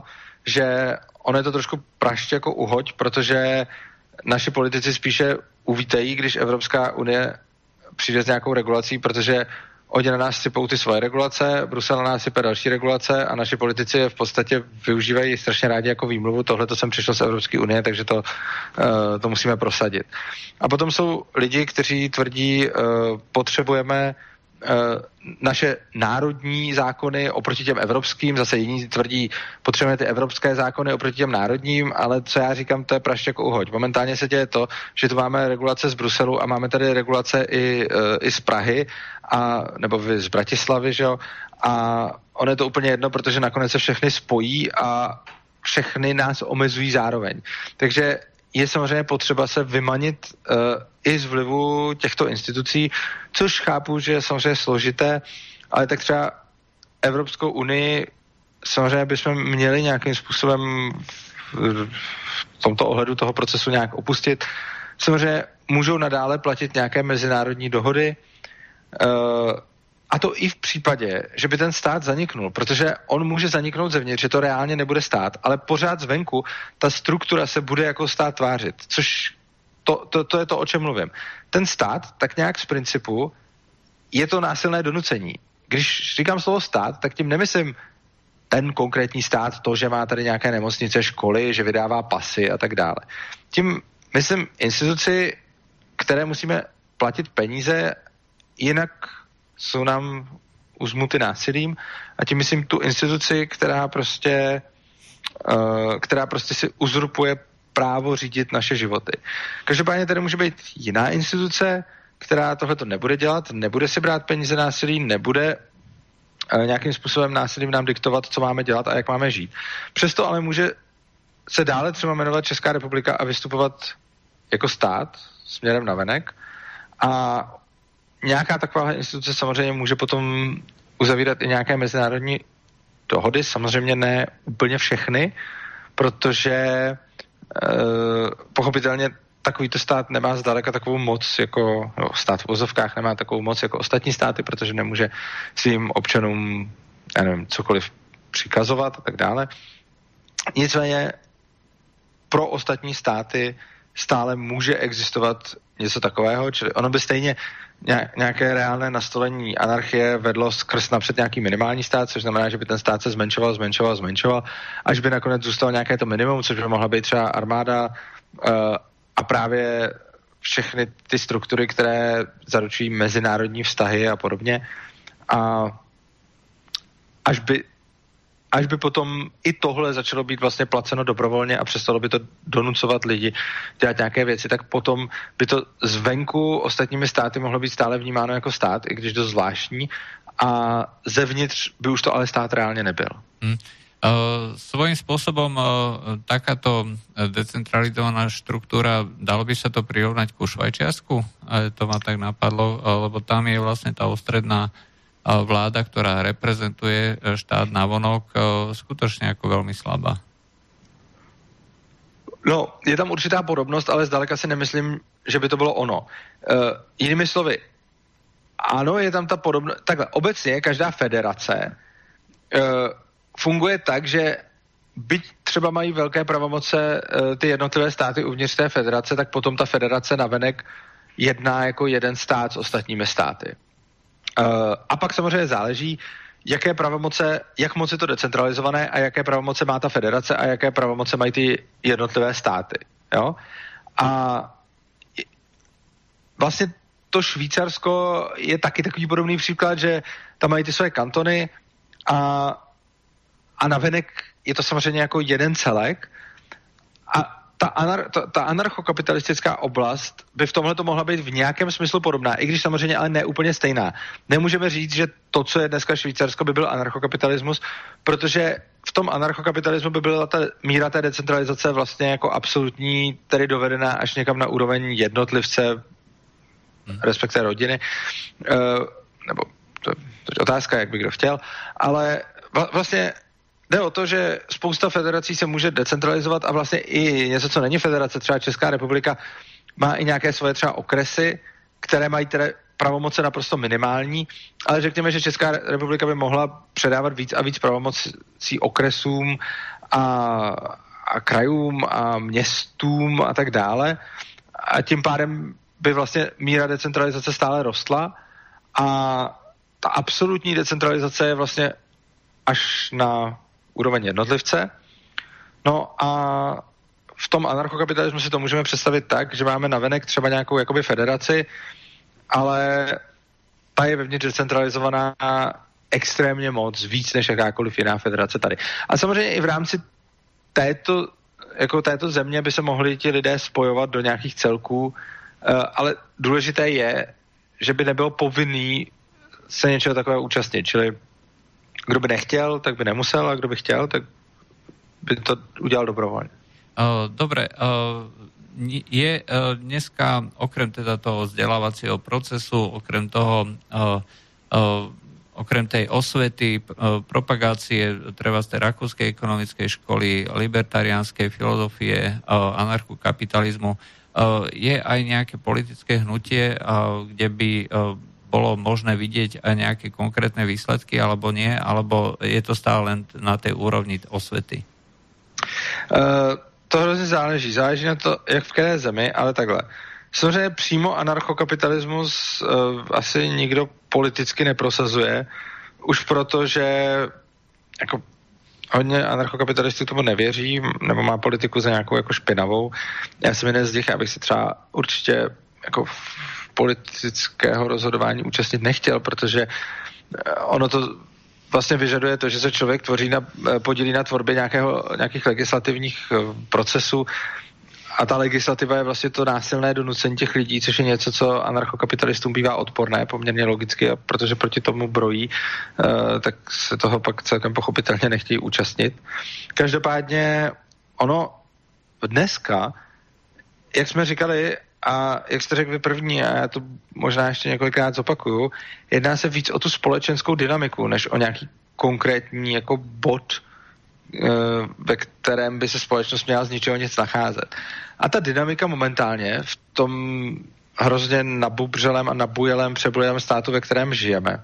že ono je to trošku praště jako uhoď, protože naši politici spíše uvítají, když Evropská unie přijde s nějakou regulací, protože oni na nás sypou ty svoje regulace, Brusel na nás sype další regulace a naši politici je v podstatě využívají strašně rádi jako výmluvu. Tohle to sem přišlo z Evropské unie, takže to, uh, to musíme prosadit. A potom jsou lidi, kteří tvrdí, uh, potřebujeme uh, naše národní zákony oproti těm evropským, zase jiní tvrdí, potřebujeme ty evropské zákony oproti těm národním, ale co já říkám, to je praště jako uhoď. Momentálně se děje to, že tu máme regulace z Bruselu a máme tady regulace i, uh, i z Prahy, a, nebo z Bratislavy, že jo, a ono je to úplně jedno, protože nakonec se všechny spojí a všechny nás omezují zároveň. Takže je samozřejmě potřeba se vymanit uh, i z vlivu těchto institucí, což chápu, že je samozřejmě složité, ale tak třeba Evropskou unii samozřejmě bychom měli nějakým způsobem v, v tomto ohledu toho procesu nějak opustit. Samozřejmě můžou nadále platit nějaké mezinárodní dohody, Uh, a to i v případě, že by ten stát zaniknul, protože on může zaniknout zevnitř, že to reálně nebude stát, ale pořád zvenku ta struktura se bude jako stát tvářit, což to, to, to je to, o čem mluvím. Ten stát, tak nějak z principu, je to násilné donucení. Když říkám slovo stát, tak tím nemyslím ten konkrétní stát, to, že má tady nějaké nemocnice, školy, že vydává pasy a tak dále. Tím myslím instituci, které musíme platit peníze, jinak jsou nám uzmuty násilím, a tím myslím tu instituci, která prostě, uh, která prostě si uzurpuje právo řídit naše životy. Každopádně tady může být jiná instituce, která tohleto nebude dělat, nebude si brát peníze násilí, nebude uh, nějakým způsobem násilím nám diktovat, co máme dělat a jak máme žít. Přesto ale může se dále třeba jmenovat Česká republika a vystupovat jako stát směrem navenek a nějaká taková instituce samozřejmě může potom uzavírat i nějaké mezinárodní dohody, samozřejmě ne úplně všechny, protože e, pochopitelně takovýto stát nemá zdaleka takovou moc jako no, stát v ozovkách nemá takovou moc jako ostatní státy, protože nemůže svým občanům já nevím, cokoliv přikazovat a tak dále. Nicméně pro ostatní státy stále může existovat něco takového, čili ono by stejně nějaké reálné nastolení anarchie vedlo skrz napřed nějaký minimální stát, což znamená, že by ten stát se zmenšoval, zmenšoval, zmenšoval, až by nakonec zůstalo nějaké to minimum, což by mohla být třeba armáda uh, a právě všechny ty struktury, které zaručují mezinárodní vztahy a podobně. A až by až by potom i tohle začalo být vlastně placeno dobrovolně a přestalo by to donucovat lidi dělat nějaké věci, tak potom by to zvenku ostatními státy mohlo být stále vnímáno jako stát, i když dost zvláštní, a zevnitř by už to ale stát reálně nebyl. Hmm. Uh, svojím spôsobom uh, takáto decentralizovaná štruktúra, dalo by sa to prirovnať ku Švajčiarsku? Uh, to ma tak napadlo, uh, lebo tam je vlastne tá ústredná vláda, ktorá reprezentuje štát navonok, skutočne ako veľmi slabá. No, je tam určitá podobnost, ale zdaleka si nemyslím, že by to bylo ono. Uh, jinými slovy, ano, je tam ta podobnost. Takhle, obecně každá federace uh, funguje tak, že byť třeba mají velké pravomoce uh, ty jednotlivé státy uvnitř té federace, tak potom ta federace navenek jedná jako jeden stát s ostatními státy. Uh, a pak samozřejmě záleží, jaké pravomoce, jak moc je to decentralizované a jaké pravomoce má ta federace a jaké pravomoce mají ty jednotlivé státy. Jo? A vlastně to Švýcarsko je taky takový podobný příklad, že tam mají ty své kantony a, a navenek je to samozřejmě jako jeden celek a Ta, anar, ta, ta anarchokapitalistická oblast by v tomhle to mohla být v nějakém smyslu podobná, i když samozřejmě ale ne úplně stejná. Nemůžeme říct, že to, co je dneska Švýcarsko, by byl anarchokapitalismus, protože v tom anarchokapitalismu by byla ta míra té decentralizace vlastně jako absolutní, tedy dovedená až někam na úroveň jednotlivce, hmm. respektive rodiny, e, nebo to, to je otázka, jak by kdo chtěl, ale vla, vlastně jde o to, že spousta federací se může decentralizovat a vlastně i něco, co není federace, třeba Česká republika, má i nějaké svoje třeba okresy, které mají tedy pravomoce naprosto minimální, ale řekněme, že Česká republika by mohla předávat víc a víc pravomocí okresům a, a krajům a městům a tak dále. A tím pádem by vlastně míra decentralizace stále rostla a ta absolutní decentralizace je vlastně až na úroveň jednotlivce. No a v tom anarchokapitalismu si to můžeme představit tak, že máme navenek třeba nějakou jakoby federaci, ale ta je vevnitř decentralizovaná extrémně moc, víc než jakákoliv jiná federace tady. A samozřejmě i v rámci této, jako této země by se mohli ti lidé spojovat do nějakých celků, ale důležité je, že by nebylo povinný se něčeho takového účastnit, čili kdo by nechtěl, tak by nemusel, a kdo by chtěl, tak by to udělal dobrovoľne. Uh, dobre, uh, je uh, dneska okrem teda toho vzdelávacieho procesu, okrem toho uh, uh, okrem tej osvety, uh, propagácie treba z tej rakúskej ekonomickej školy, libertariánskej filozofie, uh, anarchokapitalizmu, uh, je aj nejaké politické hnutie, uh, kde by uh, bolo možné vidieť aj nejaké konkrétne výsledky, alebo nie, alebo je to stále len na tej úrovni osvety? Uh, to hrozně záleží. Záleží na to, jak v které zemi, ale takhle. Samozřejmě přímo anarchokapitalismus uh, asi nikdo politicky neprosazuje, už proto, že jako hodně anarchokapitalistů tomu nevěří, nebo má politiku za nějakou jako špinavou. Já jsem jeden z nich, abych si třeba určitě jako politického rozhodování účastnit nechtěl, protože ono to vlastně vyžaduje to, že se člověk tvoří na, podílí na tvorbě nějakého, nějakých legislativních procesů a ta legislativa je vlastně to násilné donucení těch lidí, což je něco, co anarchokapitalistům bývá odporné, poměrně logicky, a protože proti tomu brojí, uh, tak se toho pak celkem pochopitelně nechtějí účastnit. Každopádně ono dneska, jak jsme říkali, a jak jste řekli první, a já to možná ještě několikrát zopakuju, jedná se víc o tu společenskou dynamiku, než o nějaký konkrétní jako bod, ve kterém by se společnost měla z ničeho nic nacházet. A ta dynamika momentálně v tom hrozně nabubřelém a nabujelém přebujelém státu, ve kterém žijeme,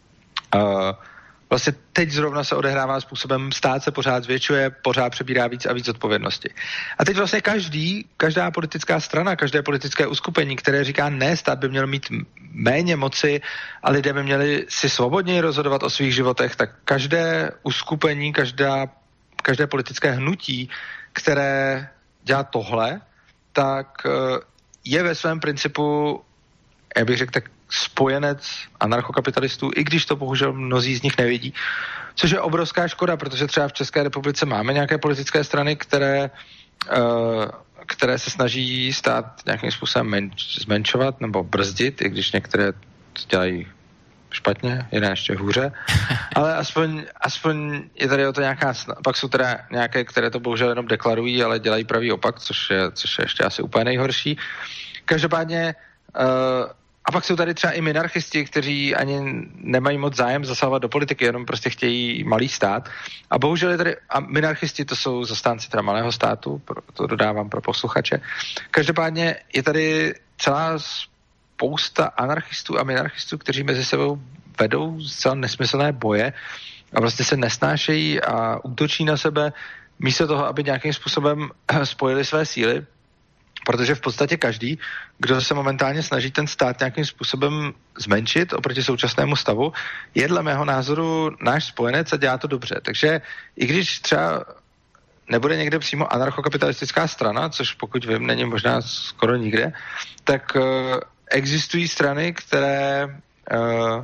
vlastně teď zrovna se odehrává způsobem, stát se pořád zvětšuje, pořád přebírá víc a víc odpovědnosti. A teď vlastně každý, každá politická strana, každé politické uskupení, které říká ne, stát by měl mít méně moci a lidé by měli si svobodněji rozhodovat o svých životech, tak každé uskupení, každá, každé politické hnutí, které dělá tohle, tak je ve svém principu, já bych řekl, tak spojenec anarchokapitalistů, i když to bohužel mnozí z nich nevidí. Což je obrovská škoda, protože třeba v České republice máme nějaké politické strany, které, uh, které se snaží stát nějakým způsobem menč, zmenšovat nebo brzdit, i když některé dělají špatně, jiné ještě hůře. Ale aspoň, aspoň je tady o to nějaká, pak jsou teda nějaké, které to bohužel jenom deklarují, ale dělají pravý opak, což je, což je ještě asi úplně nejhorší. Každopádně uh, a pak jsou tady třeba i minarchisti, kteří ani nemají moc zájem zasahovat do politiky, jenom prostě chtějí malý stát. A bohužel je tady, a minarchisti to jsou zastánci teda malého státu, to dodávám pro posluchače. Každopádně je tady celá spousta anarchistů a minarchistů, kteří mezi sebou vedou zcela nesmyslné boje a vlastně se nesnášejí a útočí na sebe, místo toho, aby nějakým způsobem spojili své síly. Protože v podstatě každý, kdo se momentálně snaží ten stát nějakým způsobem zmenšit oproti současnému stavu, je dle mého názoru náš spojenec a dělá to dobře. Takže i když třeba nebude někde přímo anarchokapitalistická strana, což pokud vím, není možná skoro nikde, tak uh, existují strany, které uh,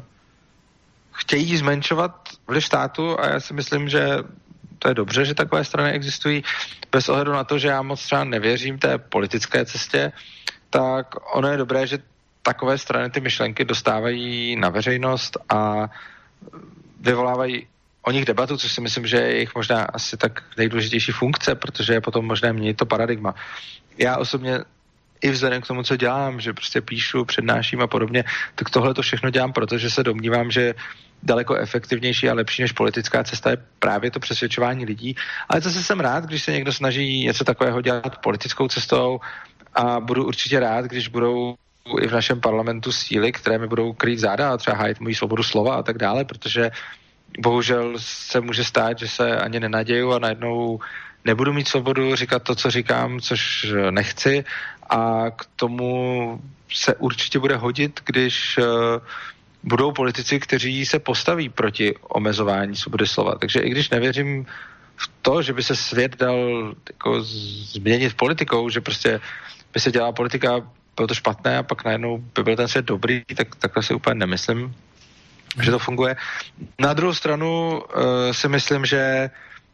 chtějí zmenšovat vliv státu a já si myslím, že to je dobře, že takové strany existují. Bez ohledu na to, že já moc třeba nevěřím té politické cestě, tak ono je dobré, že takové strany ty myšlenky dostávají na veřejnost a vyvolávají o nich debatu, což si myslím, že je jejich možná asi tak nejdůležitější funkce, protože je potom možné měnit to paradigma. Já osobně i vzhledem k tomu, co dělám, že prostě píšu, přednáším a podobně, tak tohle to všechno dělám, protože se domnívám, že daleko efektivnější a lepší než politická cesta je právě to přesvědčování lidí. Ale zase jsem rád, když se někdo snaží něco takového dělat politickou cestou a budu určitě rád, když budou i v našem parlamentu síly, které mi budou krýt záda a třeba hájit moji svobodu slova a tak dále, protože bohužel se může stát, že se ani nenaděju a najednou nebudu mít svobodu říkat to, co říkám, což nechci a k tomu se určitě bude hodit, když budou politici, kteří se postaví proti omezování svobody slova. Takže i když nevěřím v to, že by se svět dal jako změnit politikou, že prostě by se dělala politika, bylo to špatné a pak najednou by byl ten svět dobrý, tak takhle si úplně nemyslím, že to funguje. Na druhou stranu uh, si myslím, že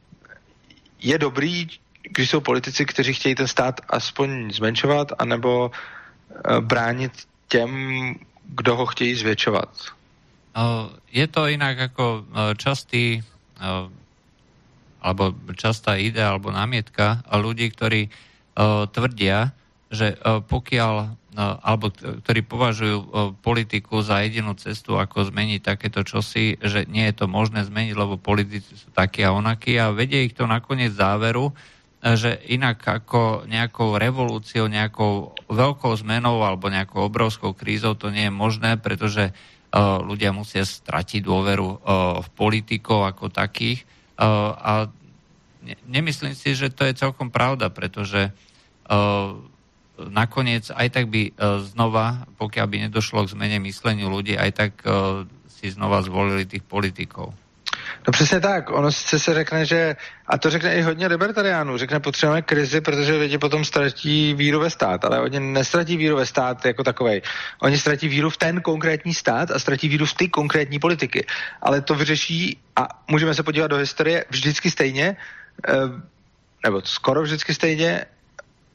je dobrý, když jsou politici, kteří chtějí ten stát aspoň zmenšovat, anebo uh, bránit těm, kdo ho chtějí zvětšovat. Je to inak ako častý alebo častá idea alebo námietka ľudí, ktorí tvrdia, že pokiaľ alebo ktorí považujú politiku za jedinú cestu, ako zmeniť takéto čosi, že nie je to možné zmeniť, lebo politici sú takí a onakí a vedie ich to nakoniec záveru, že inak ako nejakou revolúciou, nejakou veľkou zmenou alebo nejakou obrovskou krízou to nie je možné, pretože uh, ľudia musia stratiť dôveru uh, v politikov ako takých. Uh, a ne- nemyslím si, že to je celkom pravda, pretože uh, nakoniec aj tak by uh, znova, pokiaľ by nedošlo k zmene mysleniu ľudí, aj tak uh, si znova zvolili tých politikov. No přesně tak, ono sice se řekne, že, a to řekne i hodně libertariánů, řekne potřebujeme krizi, protože lidi potom ztratí víru ve stát, ale oni nestratí víru ve stát jako takovej. Oni ztratí víru v ten konkrétní stát a ztratí víru v ty konkrétní politiky. Ale to vyřeší, a můžeme se podívat do historie, vždycky stejně, nebo skoro vždycky stejně,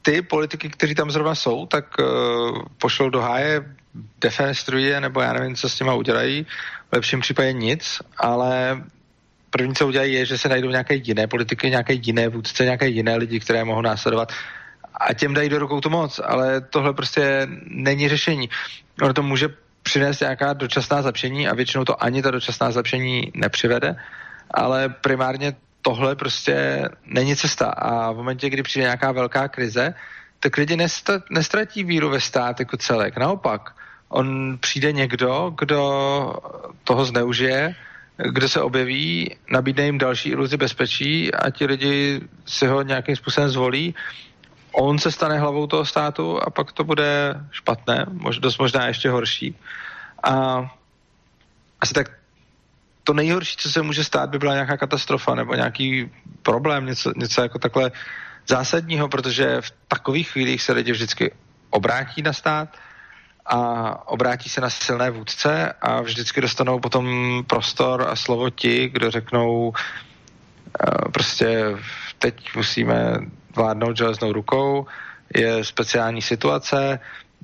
ty politiky, kteří tam zrovna jsou, tak uh, pošlou do háje, defenestrují je, nebo já nevím, co s nima udělají. V lepším případě nic, ale první, co udělají, je, že se najdou nějaké jiné politiky, nějaké jiné vůdce, nějaké jiné lidi, které mohou následovat a těm dají do rukou tu moc, ale tohle prostě není řešení. Ono to může přinést nějaká dočasná zlepšení a většinou to ani ta dočasná zlepšení nepřivede, ale primárně tohle prostě není cesta a v momentě, kdy přijde nějaká velká krize, tak lidi nesta- nestratí víru ve stát jako celek. Naopak, on přijde někdo, kdo toho zneužije, kdo se objeví, nabídne jim další iluzi bezpečí a ti lidi si ho nějakým způsobem zvolí. On se stane hlavou toho státu a pak to bude špatné, mož, dost možná ještě horší. A asi tak to nejhorší, co se může stát, by byla nějaká katastrofa nebo nějaký problém, něco, něco jako takhle zásadního, protože v takových chvílích se lidi vždycky obrátí na stát a obrátí se na silné vůdce a vždycky dostanou potom prostor a slovo ti, kdo řeknou prostě teď musíme vládnout železnou rukou, je speciální situace,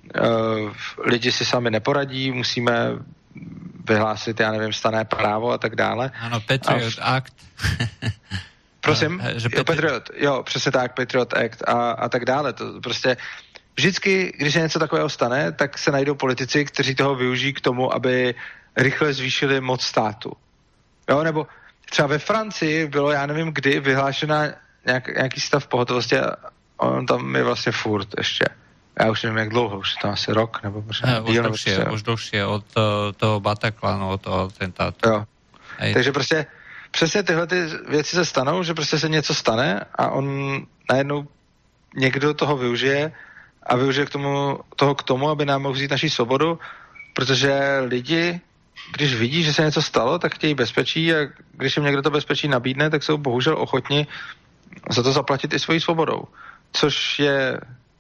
lidi si sami neporadí, musíme vyhlásit, já nevím, stanné právo a tak dále. Ano, Patriot a... Act. Prosím? Že jo, Patriot, jo, přesně tak, Patriot Act a, a tak dále. To prostě vždycky, když se něco takového stane, tak se najdou politici, kteří toho využijí k tomu, aby rychle zvýšili moc státu. Jo, nebo třeba ve Francii bylo, já nevím kdy, vyhlášena nějak, nějaký stav pohotovosti a on tam je vlastně furt ještě. Já už nevím, jak dlouho, už je to asi rok, nebo možná už dlhšie, už dlhšie od toho Bataclanu, od toho atentátu. Jo. Ej. Takže prostě přesně tyhle ty věci se stanou, že prostě se něco stane a on najednou někdo toho využije a využije k tomu, toho k tomu, aby nám mohl vzít naši svobodu, protože lidi, když vidí, že se něco stalo, tak chtějí bezpečí a když jim někdo to bezpečí nabídne, tak jsou bohužel ochotni za to zaplatit i svojí svobodou. Což je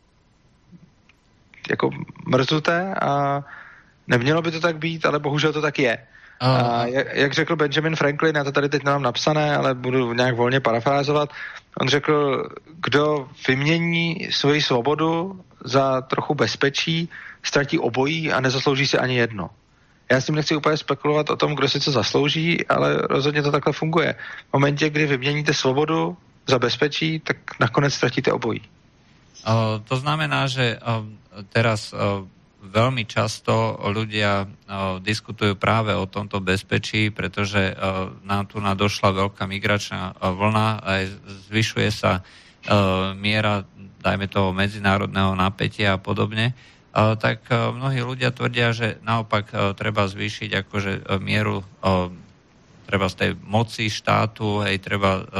jako mrzuté a nemělo by to tak být, ale bohužel to tak je. A jak, jak řekl Benjamin Franklin, já to tady teď nemám napsané, ale budu nějak volně parafrázovat, on řekl, kdo vymění svoji svobodu za trochu bezpečí, ztratí obojí a nezaslouží si ani jedno. Já s tím nechci úplně spekulovat o tom, kdo si co zaslouží, ale rozhodně to takhle funguje. V momentě, kdy vyměníte svobodu za bezpečí, tak nakonec ztratíte obojí. O, to znamená, že o, teraz o, veľmi často ľudia o, diskutujú práve o tomto bezpečí, pretože o, nám tu nadošla veľká migračná o, vlna, aj zvyšuje sa o, miera, dajme toho, medzinárodného napätia a podobne. O, tak o, mnohí ľudia tvrdia, že naopak o, treba zvýšiť akože o, mieru o, treba z tej moci štátu, hej, treba o, o,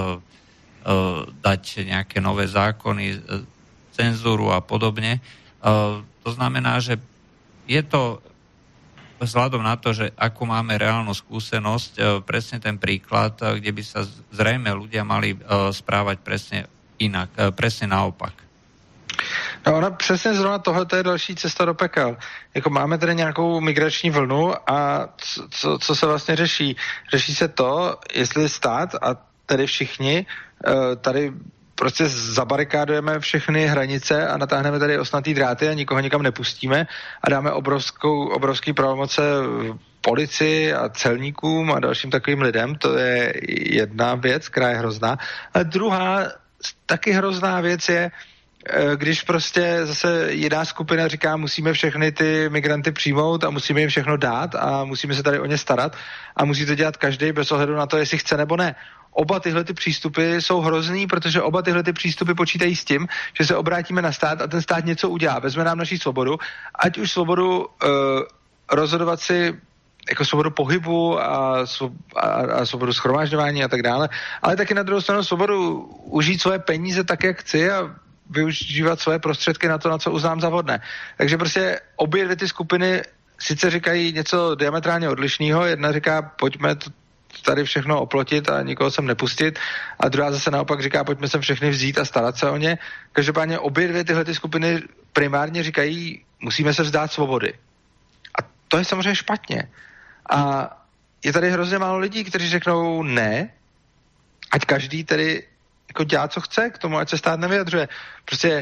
dať nejaké nové zákony, o, cenzúru a podobne. O, to znamená, že je to vzhľadom na to, že akú máme reálnu skúsenosť, o, presne ten príklad, o, kde by sa zrejme ľudia mali o, správať presne inak, o, presne naopak. No ona přesně zrovna tohle je další cesta do pekel. Jako máme tady nějakou migrační vlnu a co, co, co se vlastně řeší? Řeší se to, jestli stát a tady všichni tady prostě zabarikádujeme všechny hranice a natáhneme tady osnatý dráty a nikoho nikam nepustíme a dáme obrovskou, obrovský pravomoce policii a celníkům a dalším takovým lidem. To je jedna věc, která je hrozná. A druhá taky hrozná věc je, když prostě zase jiná skupina říká, musíme všechny ty migranty přijmout a musíme jim všechno dát a musíme se tady o ně starat a musí to dělat každý bez ohledu na to, jestli chce nebo ne. Oba tyhle ty přístupy jsou hrozný, protože oba tyhle ty přístupy počítají s tím, že se obrátíme na stát a ten stát něco udělá. Vezme nám naši svobodu, ať už svobodu uh, rozhodovat si jako svobodu pohybu a, svob, a, a svobodu shromážďování a tak dále, ale taky na druhou stranu svobodu užít svoje peníze tak, jak chci a využívat svoje prostředky na to, na co uznám za vhodné. Takže prostě obě dvě ty skupiny sice říkají něco diametrálně odlišného, jedna říká, pojďme to tady všechno oplotit a nikoho sem nepustit a druhá zase naopak říká, pojďme sem všechny vzít a starat se o ně. Každopádně obě dvě tyhle ty skupiny primárně říkají, musíme se vzdát svobody. A to je samozřejmě špatně. A je tady hrozně málo lidí, kteří řeknou ne, ať každý tedy jako dělá, co chce, k tomu, ať se stát nevyjadřuje. Prostě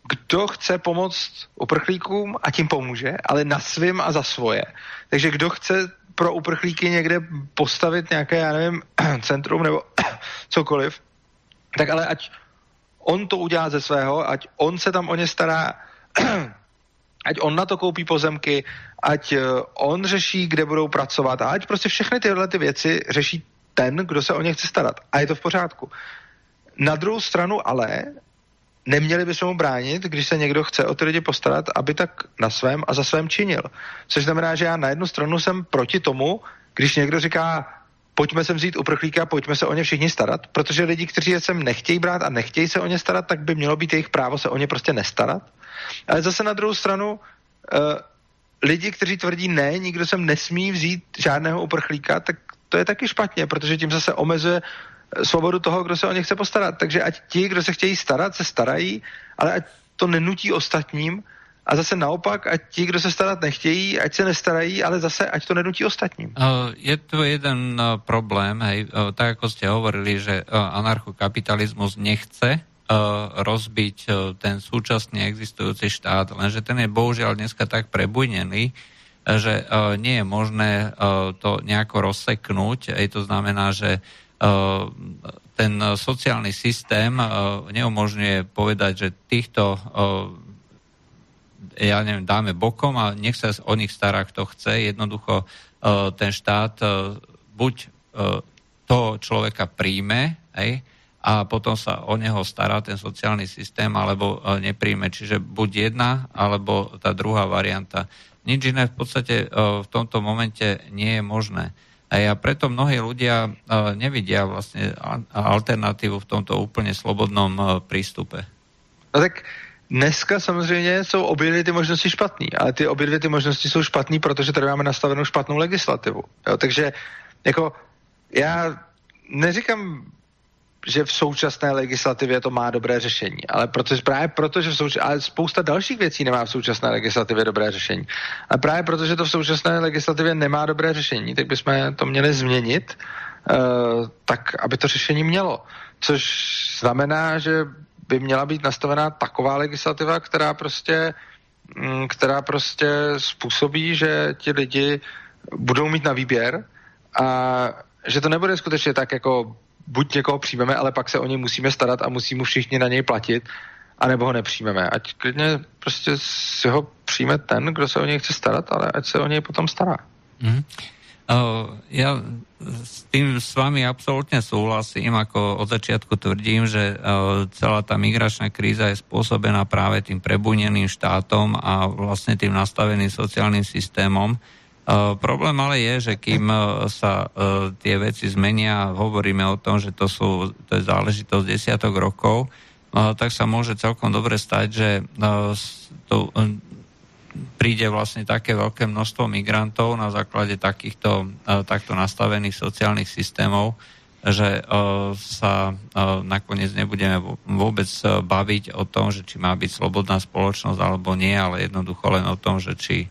kdo chce pomoct uprchlíkům, a tím pomůže, ale na svým a za svoje. Takže kdo chce pro uprchlíky někde postavit nějaké, já nevím, centrum nebo cokoliv, tak ale ať on to udělá ze svého, ať on se tam o ně stará, ať on na to koupí pozemky, ať on řeší, kde budou pracovat a ať prostě všechny tyhle ty věci řeší ten, kdo se o ně chce starat. A je to v pořádku. Na druhou stranu ale neměli bychom mu bránit, když se někdo chce o ty lidi postarat, aby tak na svém a za svém činil. Což znamená, že já na jednu stranu jsem proti tomu, když někdo říká, pojďme sem vzít uprchlíka, pojďme se o ně všichni starat, protože lidi, kteří je sem nechtějí brát a nechtějí se o ně starat, tak by mělo být jejich právo se o ně prostě nestarat. Ale zase na druhou stranu uh, lidi, kteří tvrdí ne, nikdo sem nesmí vzít žádného uprchlíka, tak to je taky špatně, protože tím zase omezuje svobodu toho, kdo se o ně chce postarat. Takže ať ti, kdo se chtějí starat, se starají, ale ať to nenutí ostatním. A zase naopak, ať ti, kdo se starat nechtějí, ať se nestarají, ale zase ať to nenutí ostatním. Je tu jeden problém, hej, tak ako ste hovorili, že anarchokapitalizmus nechce rozbiť ten súčasný existujúci štát, lenže ten je bohužiaľ dneska tak prebujnený, že nie je možné to nejako rozseknúť. Hej, to znamená, že ten sociálny systém neumožňuje povedať, že týchto ja neviem, dáme bokom a nech sa o nich stará, kto chce. Jednoducho ten štát buď toho človeka príjme, hej, a potom sa o neho stará ten sociálny systém, alebo nepríjme. Čiže buď jedna, alebo tá druhá varianta. Nič iné v podstate v tomto momente nie je možné. A preto mnohí ľudia nevidia vlastne alternatívu v tomto úplne slobodnom prístupe. No tak dneska samozřejmě jsou obě dvě ty možnosti špatný, ale ty obě dvě ty možnosti jsou špatný, protože tady máme nastavenou špatnou legislativu. Jo, takže jako já neříkám, že v současné legislativě to má dobré řešení, ale protože, právě proto, že v souč- ale spousta dalších věcí nemá v současné legislativě dobré řešení. A právě proto, že to v současné legislativě nemá dobré řešení, tak bychom to měli změnit uh, tak, aby to řešení mělo. Což znamená, že by měla být nastavená taková legislativa, která prostě, která prostě způsobí, že ti lidi budou mít na výběr a že to nebude skutečně tak, jako buď někoho přijmeme, ale pak se o něj musíme starat a musí mu všichni na něj platit, anebo ho nepřijmeme. Ať klidně prostě si ho přijme ten, kdo se o něj chce starat, ale ať se o něj potom stará. Mm. Uh, ja s tým s vami absolútne súhlasím, ako od začiatku tvrdím, že uh, celá tá migračná kríza je spôsobená práve tým prebujneným štátom a vlastne tým nastaveným sociálnym systémom. Uh, problém ale je, že kým uh, sa uh, tie veci zmenia, hovoríme o tom, že to sú to je záležitosť desiatok rokov, uh, tak sa môže celkom dobre stať, že uh, to uh, príde vlastne také veľké množstvo migrantov na základe takýchto takto nastavených sociálnych systémov, že sa nakoniec nebudeme vôbec baviť o tom, že či má byť slobodná spoločnosť alebo nie, ale jednoducho len o tom, že či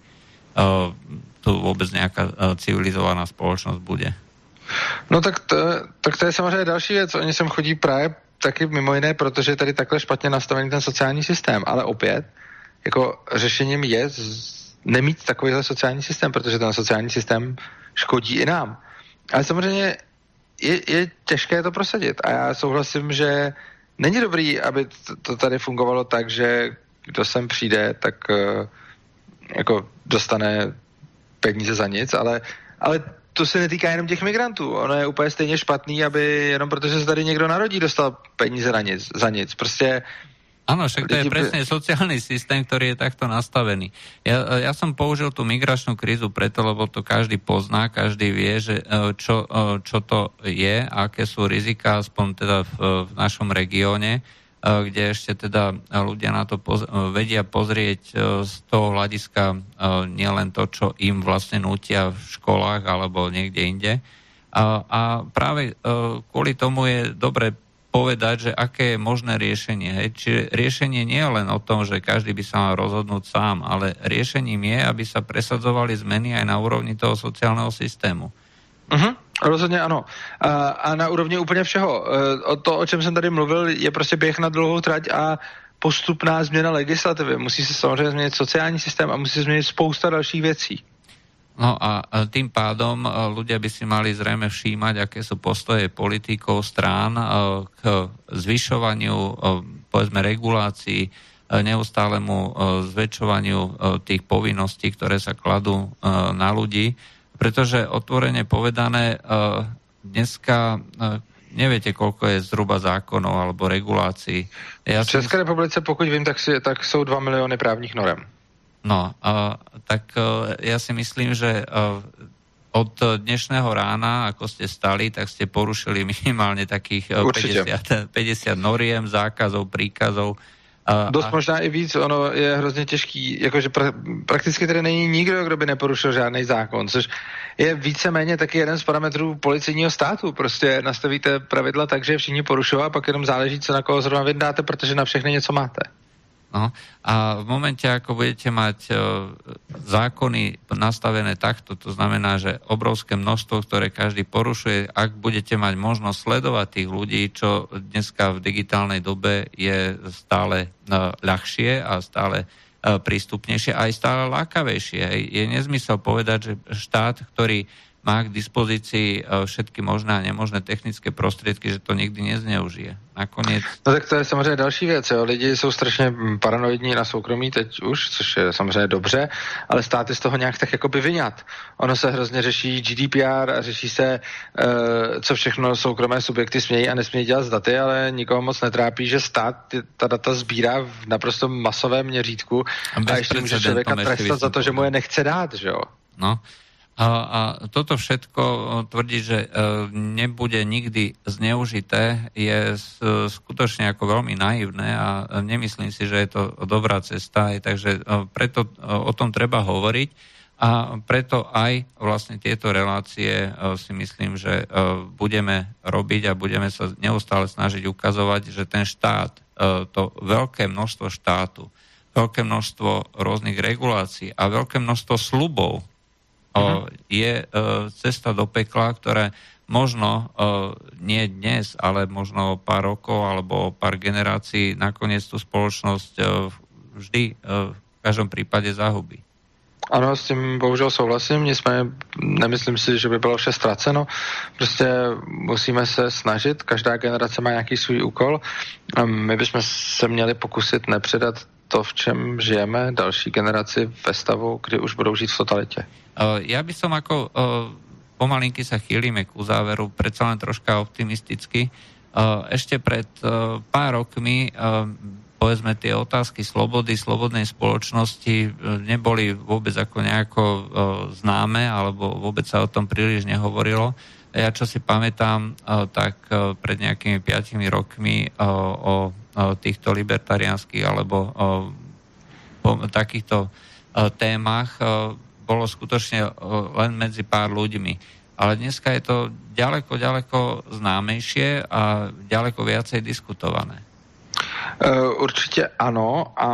tu vôbec nejaká civilizovaná spoločnosť bude. No tak to, tak to je samozřejmě další věc. Oni sem chodí právě taky mimo jiné, protože je tady takhle špatně nastavený ten sociální systém, ale opět jako řešením je z, nemít takovýhle sociální systém, protože ten sociální systém škodí i nám. Ale samozřejmě je, je těžké to prosadit a já souhlasím, že není dobrý, aby to tady fungovalo tak, že kdo sem přijde, tak uh, jako dostane peníze za nic, ale, ale to se netýká jenom těch migrantů. Ono je úplně stejně špatný, aby jenom protože se tady někdo narodí, dostal peníze na nic, za nic. Prostě áno, však to je presne sociálny systém, ktorý je takto nastavený. Ja, ja som použil tú migračnú krízu preto, lebo to každý pozná, každý vie, že čo, čo to je, aké sú rizika, aspoň teda v, v našom regióne, kde ešte teda ľudia na to poz, vedia pozrieť z toho hľadiska nielen to, čo im vlastne nútia v školách alebo niekde inde. A, a práve kvôli tomu je dobre povedať, že aké je možné riešenie. Hej. Čiže riešenie nie je len o tom, že každý by sa mal rozhodnúť sám, ale riešením je, aby sa presadzovali zmeny aj na úrovni toho sociálneho systému. Uh-huh, rozhodně ano. A, a na úrovni úplně všeho. O to, o čem jsem tady mluvil, je prostě běh na dlouhou trať a postupná změna legislativy. Musí se samozřejmě změnit sociální systém a musí se změnit spousta dalších věcí. No a tým pádom ľudia by si mali zrejme všímať, aké sú postoje politikov, strán k zvyšovaniu, povedzme, regulácií, neustálemu zväčšovaniu tých povinností, ktoré sa kladú na ľudí, pretože otvorene povedané dneska neviete, koľko je zhruba zákonov alebo regulácií. Ja v Českej republice, pokud vím, tak, si, tak sú dva milióny právnych norem. No, uh, tak uh, ja si myslím, že uh, od dnešného rána, ako ste stali, tak ste porušili minimálne takých uh, päťdesiat, päťdesiat noriem, zákazov, príkazov. Uh, Dost a... možná i víc, ono je hrozně těžký, jakože pra, prakticky tady není nikdo, kdo by neporušil žádný zákon, což je víceméně taky jeden z parametrů policejního státu. Prostě nastavíte pravidla tak, že všichni porušují a pak jenom záleží, co na koho zrovna vydáte, protože na všechny něco máte. No, a v momente, ako budete mať e, zákony nastavené takto, to znamená, že obrovské množstvo, ktoré každý porušuje, ak budete mať možnosť sledovať tých ľudí, čo dneska v digitálnej dobe je stále e, ľahšie a stále e, prístupnejšie, aj stále lákavejšie. Je nezmysel povedať, že štát, ktorý má k dispozícii všetky možné a nemožné technické prostředky, že to nikdy nezneužije. Nakonec... No tak to je samozřejmě další věc. Jo. Lidi jsou strašně paranoidní na soukromí teď už, což je samozřejmě dobře, ale stát je z toho nějak tak jakoby vyňat. Ono se hrozně řeší G D P R a řeší se, uh, co všechno soukromé subjekty smějí a nesmějí dělat s daty, ale nikoho moc netrápí, že stát ty, ta data sbírá v naprosto masovém měřítku a, a ještě může člověka trestat za to, že mu je nechce dát, že jo? No. A, a toto všetko tvrdí, že nebude nikdy zneužité, je skutočne ako veľmi naivné a nemyslím si, že je to dobrá cesta, takže preto o tom treba hovoriť a preto aj vlastne tieto relácie si myslím, že budeme robiť a budeme sa neustále snažiť ukazovať, že ten štát, to veľké množstvo štátu, veľké množstvo rôznych regulácií a veľké množstvo slubov, Uh-huh. je uh, cesta do pekla, ktoré možno uh, nie dnes, ale možno o pár rokov alebo o pár generácií nakoniec tú spoločnosť uh, vždy uh, v každom prípade zahubí. Ano, s tím bohužel souhlasím, nicméně nemyslím si, že by bylo vše ztraceno. Prostě musíme se snažit, každá generace má nějaký svůj úkol. My bychom se měli pokusit nepředat to, v čem žijeme, další generaci ve stavu, kdy už budou žít v totalitě. Ja by som ako pomalinky sa chýlime k uzáveru, predsa len troška optimisticky. Ešte pred pár rokmi povedzme tie otázky slobody, slobodnej spoločnosti neboli vôbec ako nejako známe, alebo vôbec sa o tom príliš nehovorilo. Ja čo si pamätám, tak pred nejakými piatimi rokmi o týchto libertariánskych alebo o takýchto témach bolo skutočne len medzi pár ľuďmi. Ale dneska je to ďaleko, ďaleko známejšie a ďaleko viacej diskutované. Určitě ano a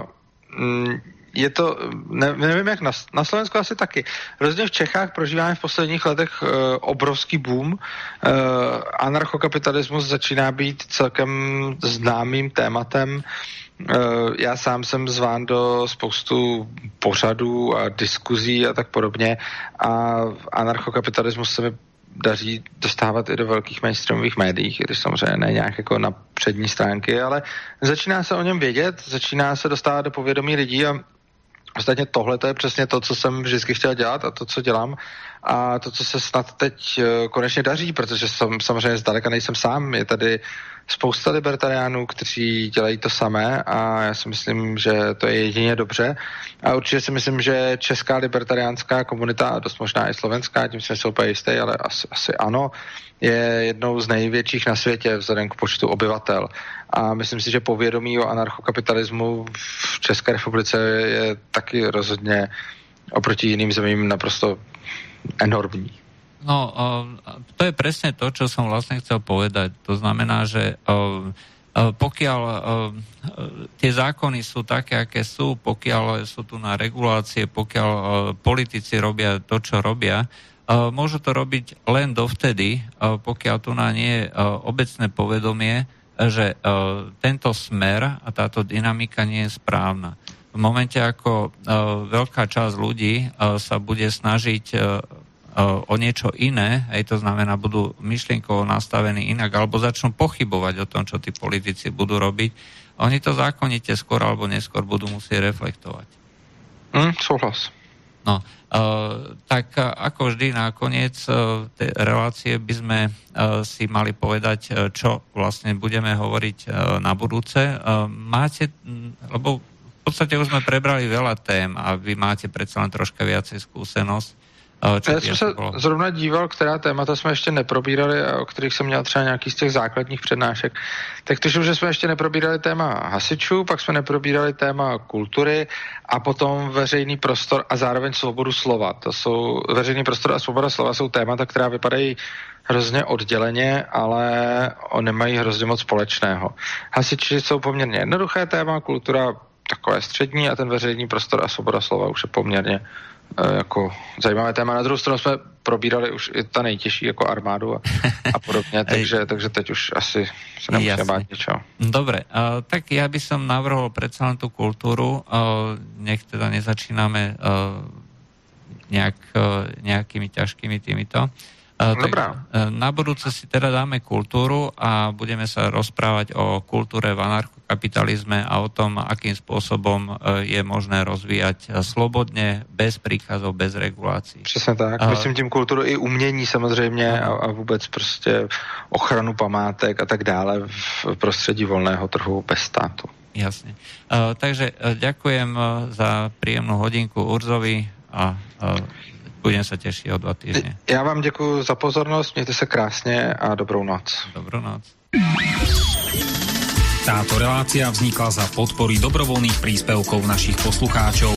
je to, ne, nevím jak na, na Slovensku asi taky. Rozhodně v Čechách prožíváme v posledních letech uh, obrovský boom. Uh, anarchokapitalismus začíná být celkem známým tématem. Uh, já sám jsem zván do spoustu pořadů a diskuzí a tak podobně a anarchokapitalismus se mi daří dostávat i do velkých mainstreamových médií, když samozřejmě ne nějak jako na přední stránky, ale začíná se o něm vědět, začíná se dostávat do povědomí lidí a ostatně tohle to je přesně to, co jsem vždycky chtěl dělat a to, co dělám a to, co se snad teď konečně daří, protože jsem samozřejmě zdaleka nejsem sám, je tady spousta libertariánů, kteří dělají to samé a já si myslím, že to je jedině dobře a určitě si myslím, že česká libertariánská komunita a dost možná i slovenská, tím jsem si úplně jistý, ale asi, asi ano, je jednou z největších na světě vzhledem k počtu obyvatel a myslím si, že povědomí o anarchokapitalismu v České republice je taky rozhodně oproti jiným zemím naprosto enormní. No, to je presne to, čo som vlastne chcel povedať. To znamená, že pokiaľ tie zákony sú také, aké sú, pokiaľ sú tu na regulácie, pokiaľ politici robia to, čo robia, môžu to robiť len dovtedy, pokiaľ tu na nie je obecné povedomie, že uh, tento smer a táto dynamika nie je správna. V momente, ako uh, veľká časť ľudí uh, sa bude snažiť uh, uh, o niečo iné, aj to znamená, budú myšlienkovo nastavení inak, alebo začnú pochybovať o tom, čo tí politici budú robiť, oni to zákonite skôr alebo neskôr budú musieť reflektovať. Mm, súhlas. No, uh, tak uh, ako vždy nakoniec uh, tej relácie by sme uh, si mali povedať, uh, čo vlastne budeme hovoriť uh, na budúce. Uh, máte, lebo v podstate už sme prebrali veľa tém a vy máte predsa len troška viacej skúsenosť. Uh, Já jsem se bolo? zrovna díval, která témata jsme ještě neprobírali a o kterých jsem měl třeba nějaký z těch základních přednášek. Tak tuším, že jsme ještě neprobírali téma hasičů, pak jsme neprobírali téma kultury a potom veřejný prostor a zároveň svobodu slova. To jsou veřejný prostor a svoboda slova jsou témata, která vypadají hrozně odděleně, ale nemají hrozně moc společného. Hasiči jsou poměrně jednoduché téma, kultura takové střední a ten veřejný prostor a svoboda slova už je poměrně jako zajímavé téma. Na druhou stranu jsme probírali už i ta nejtěžší jako armádu a, a podobně, takže, takže teď už asi se nemusíme bát ničoho. Dobre, uh, tak ja by som navrhol predsa len tú kultúru, uh, nech teda nezačíname uh, nejak, uh, nejakými ťažkými týmito. Uh, Dobrá. Tak, uh, na budúce si teda dáme kultúru a budeme sa rozprávať o kultúre v anarchokapitalizme a o tom, akým spôsobom uh, je možné rozvíjať uh, slobodne, bez príkazov, bez regulácií. Přesně tak. Uh, Myslím tím kulturu i umění samozřejmě uh, a, a vůbec prostě ochranu památek a tak dále v prostředí volného trhu bez státu. Jasne. Uh, takže uh, ďakujem uh, za príjemnú hodinku Urzovi a uh, budem sa tešiť o dva týždne. Já vám děkuji za pozornost, mějte se krásně a dobrou noc. Dobrú noc. Táto relácia vznikla za podpory dobrovoľných príspevkov našich poslucháčov.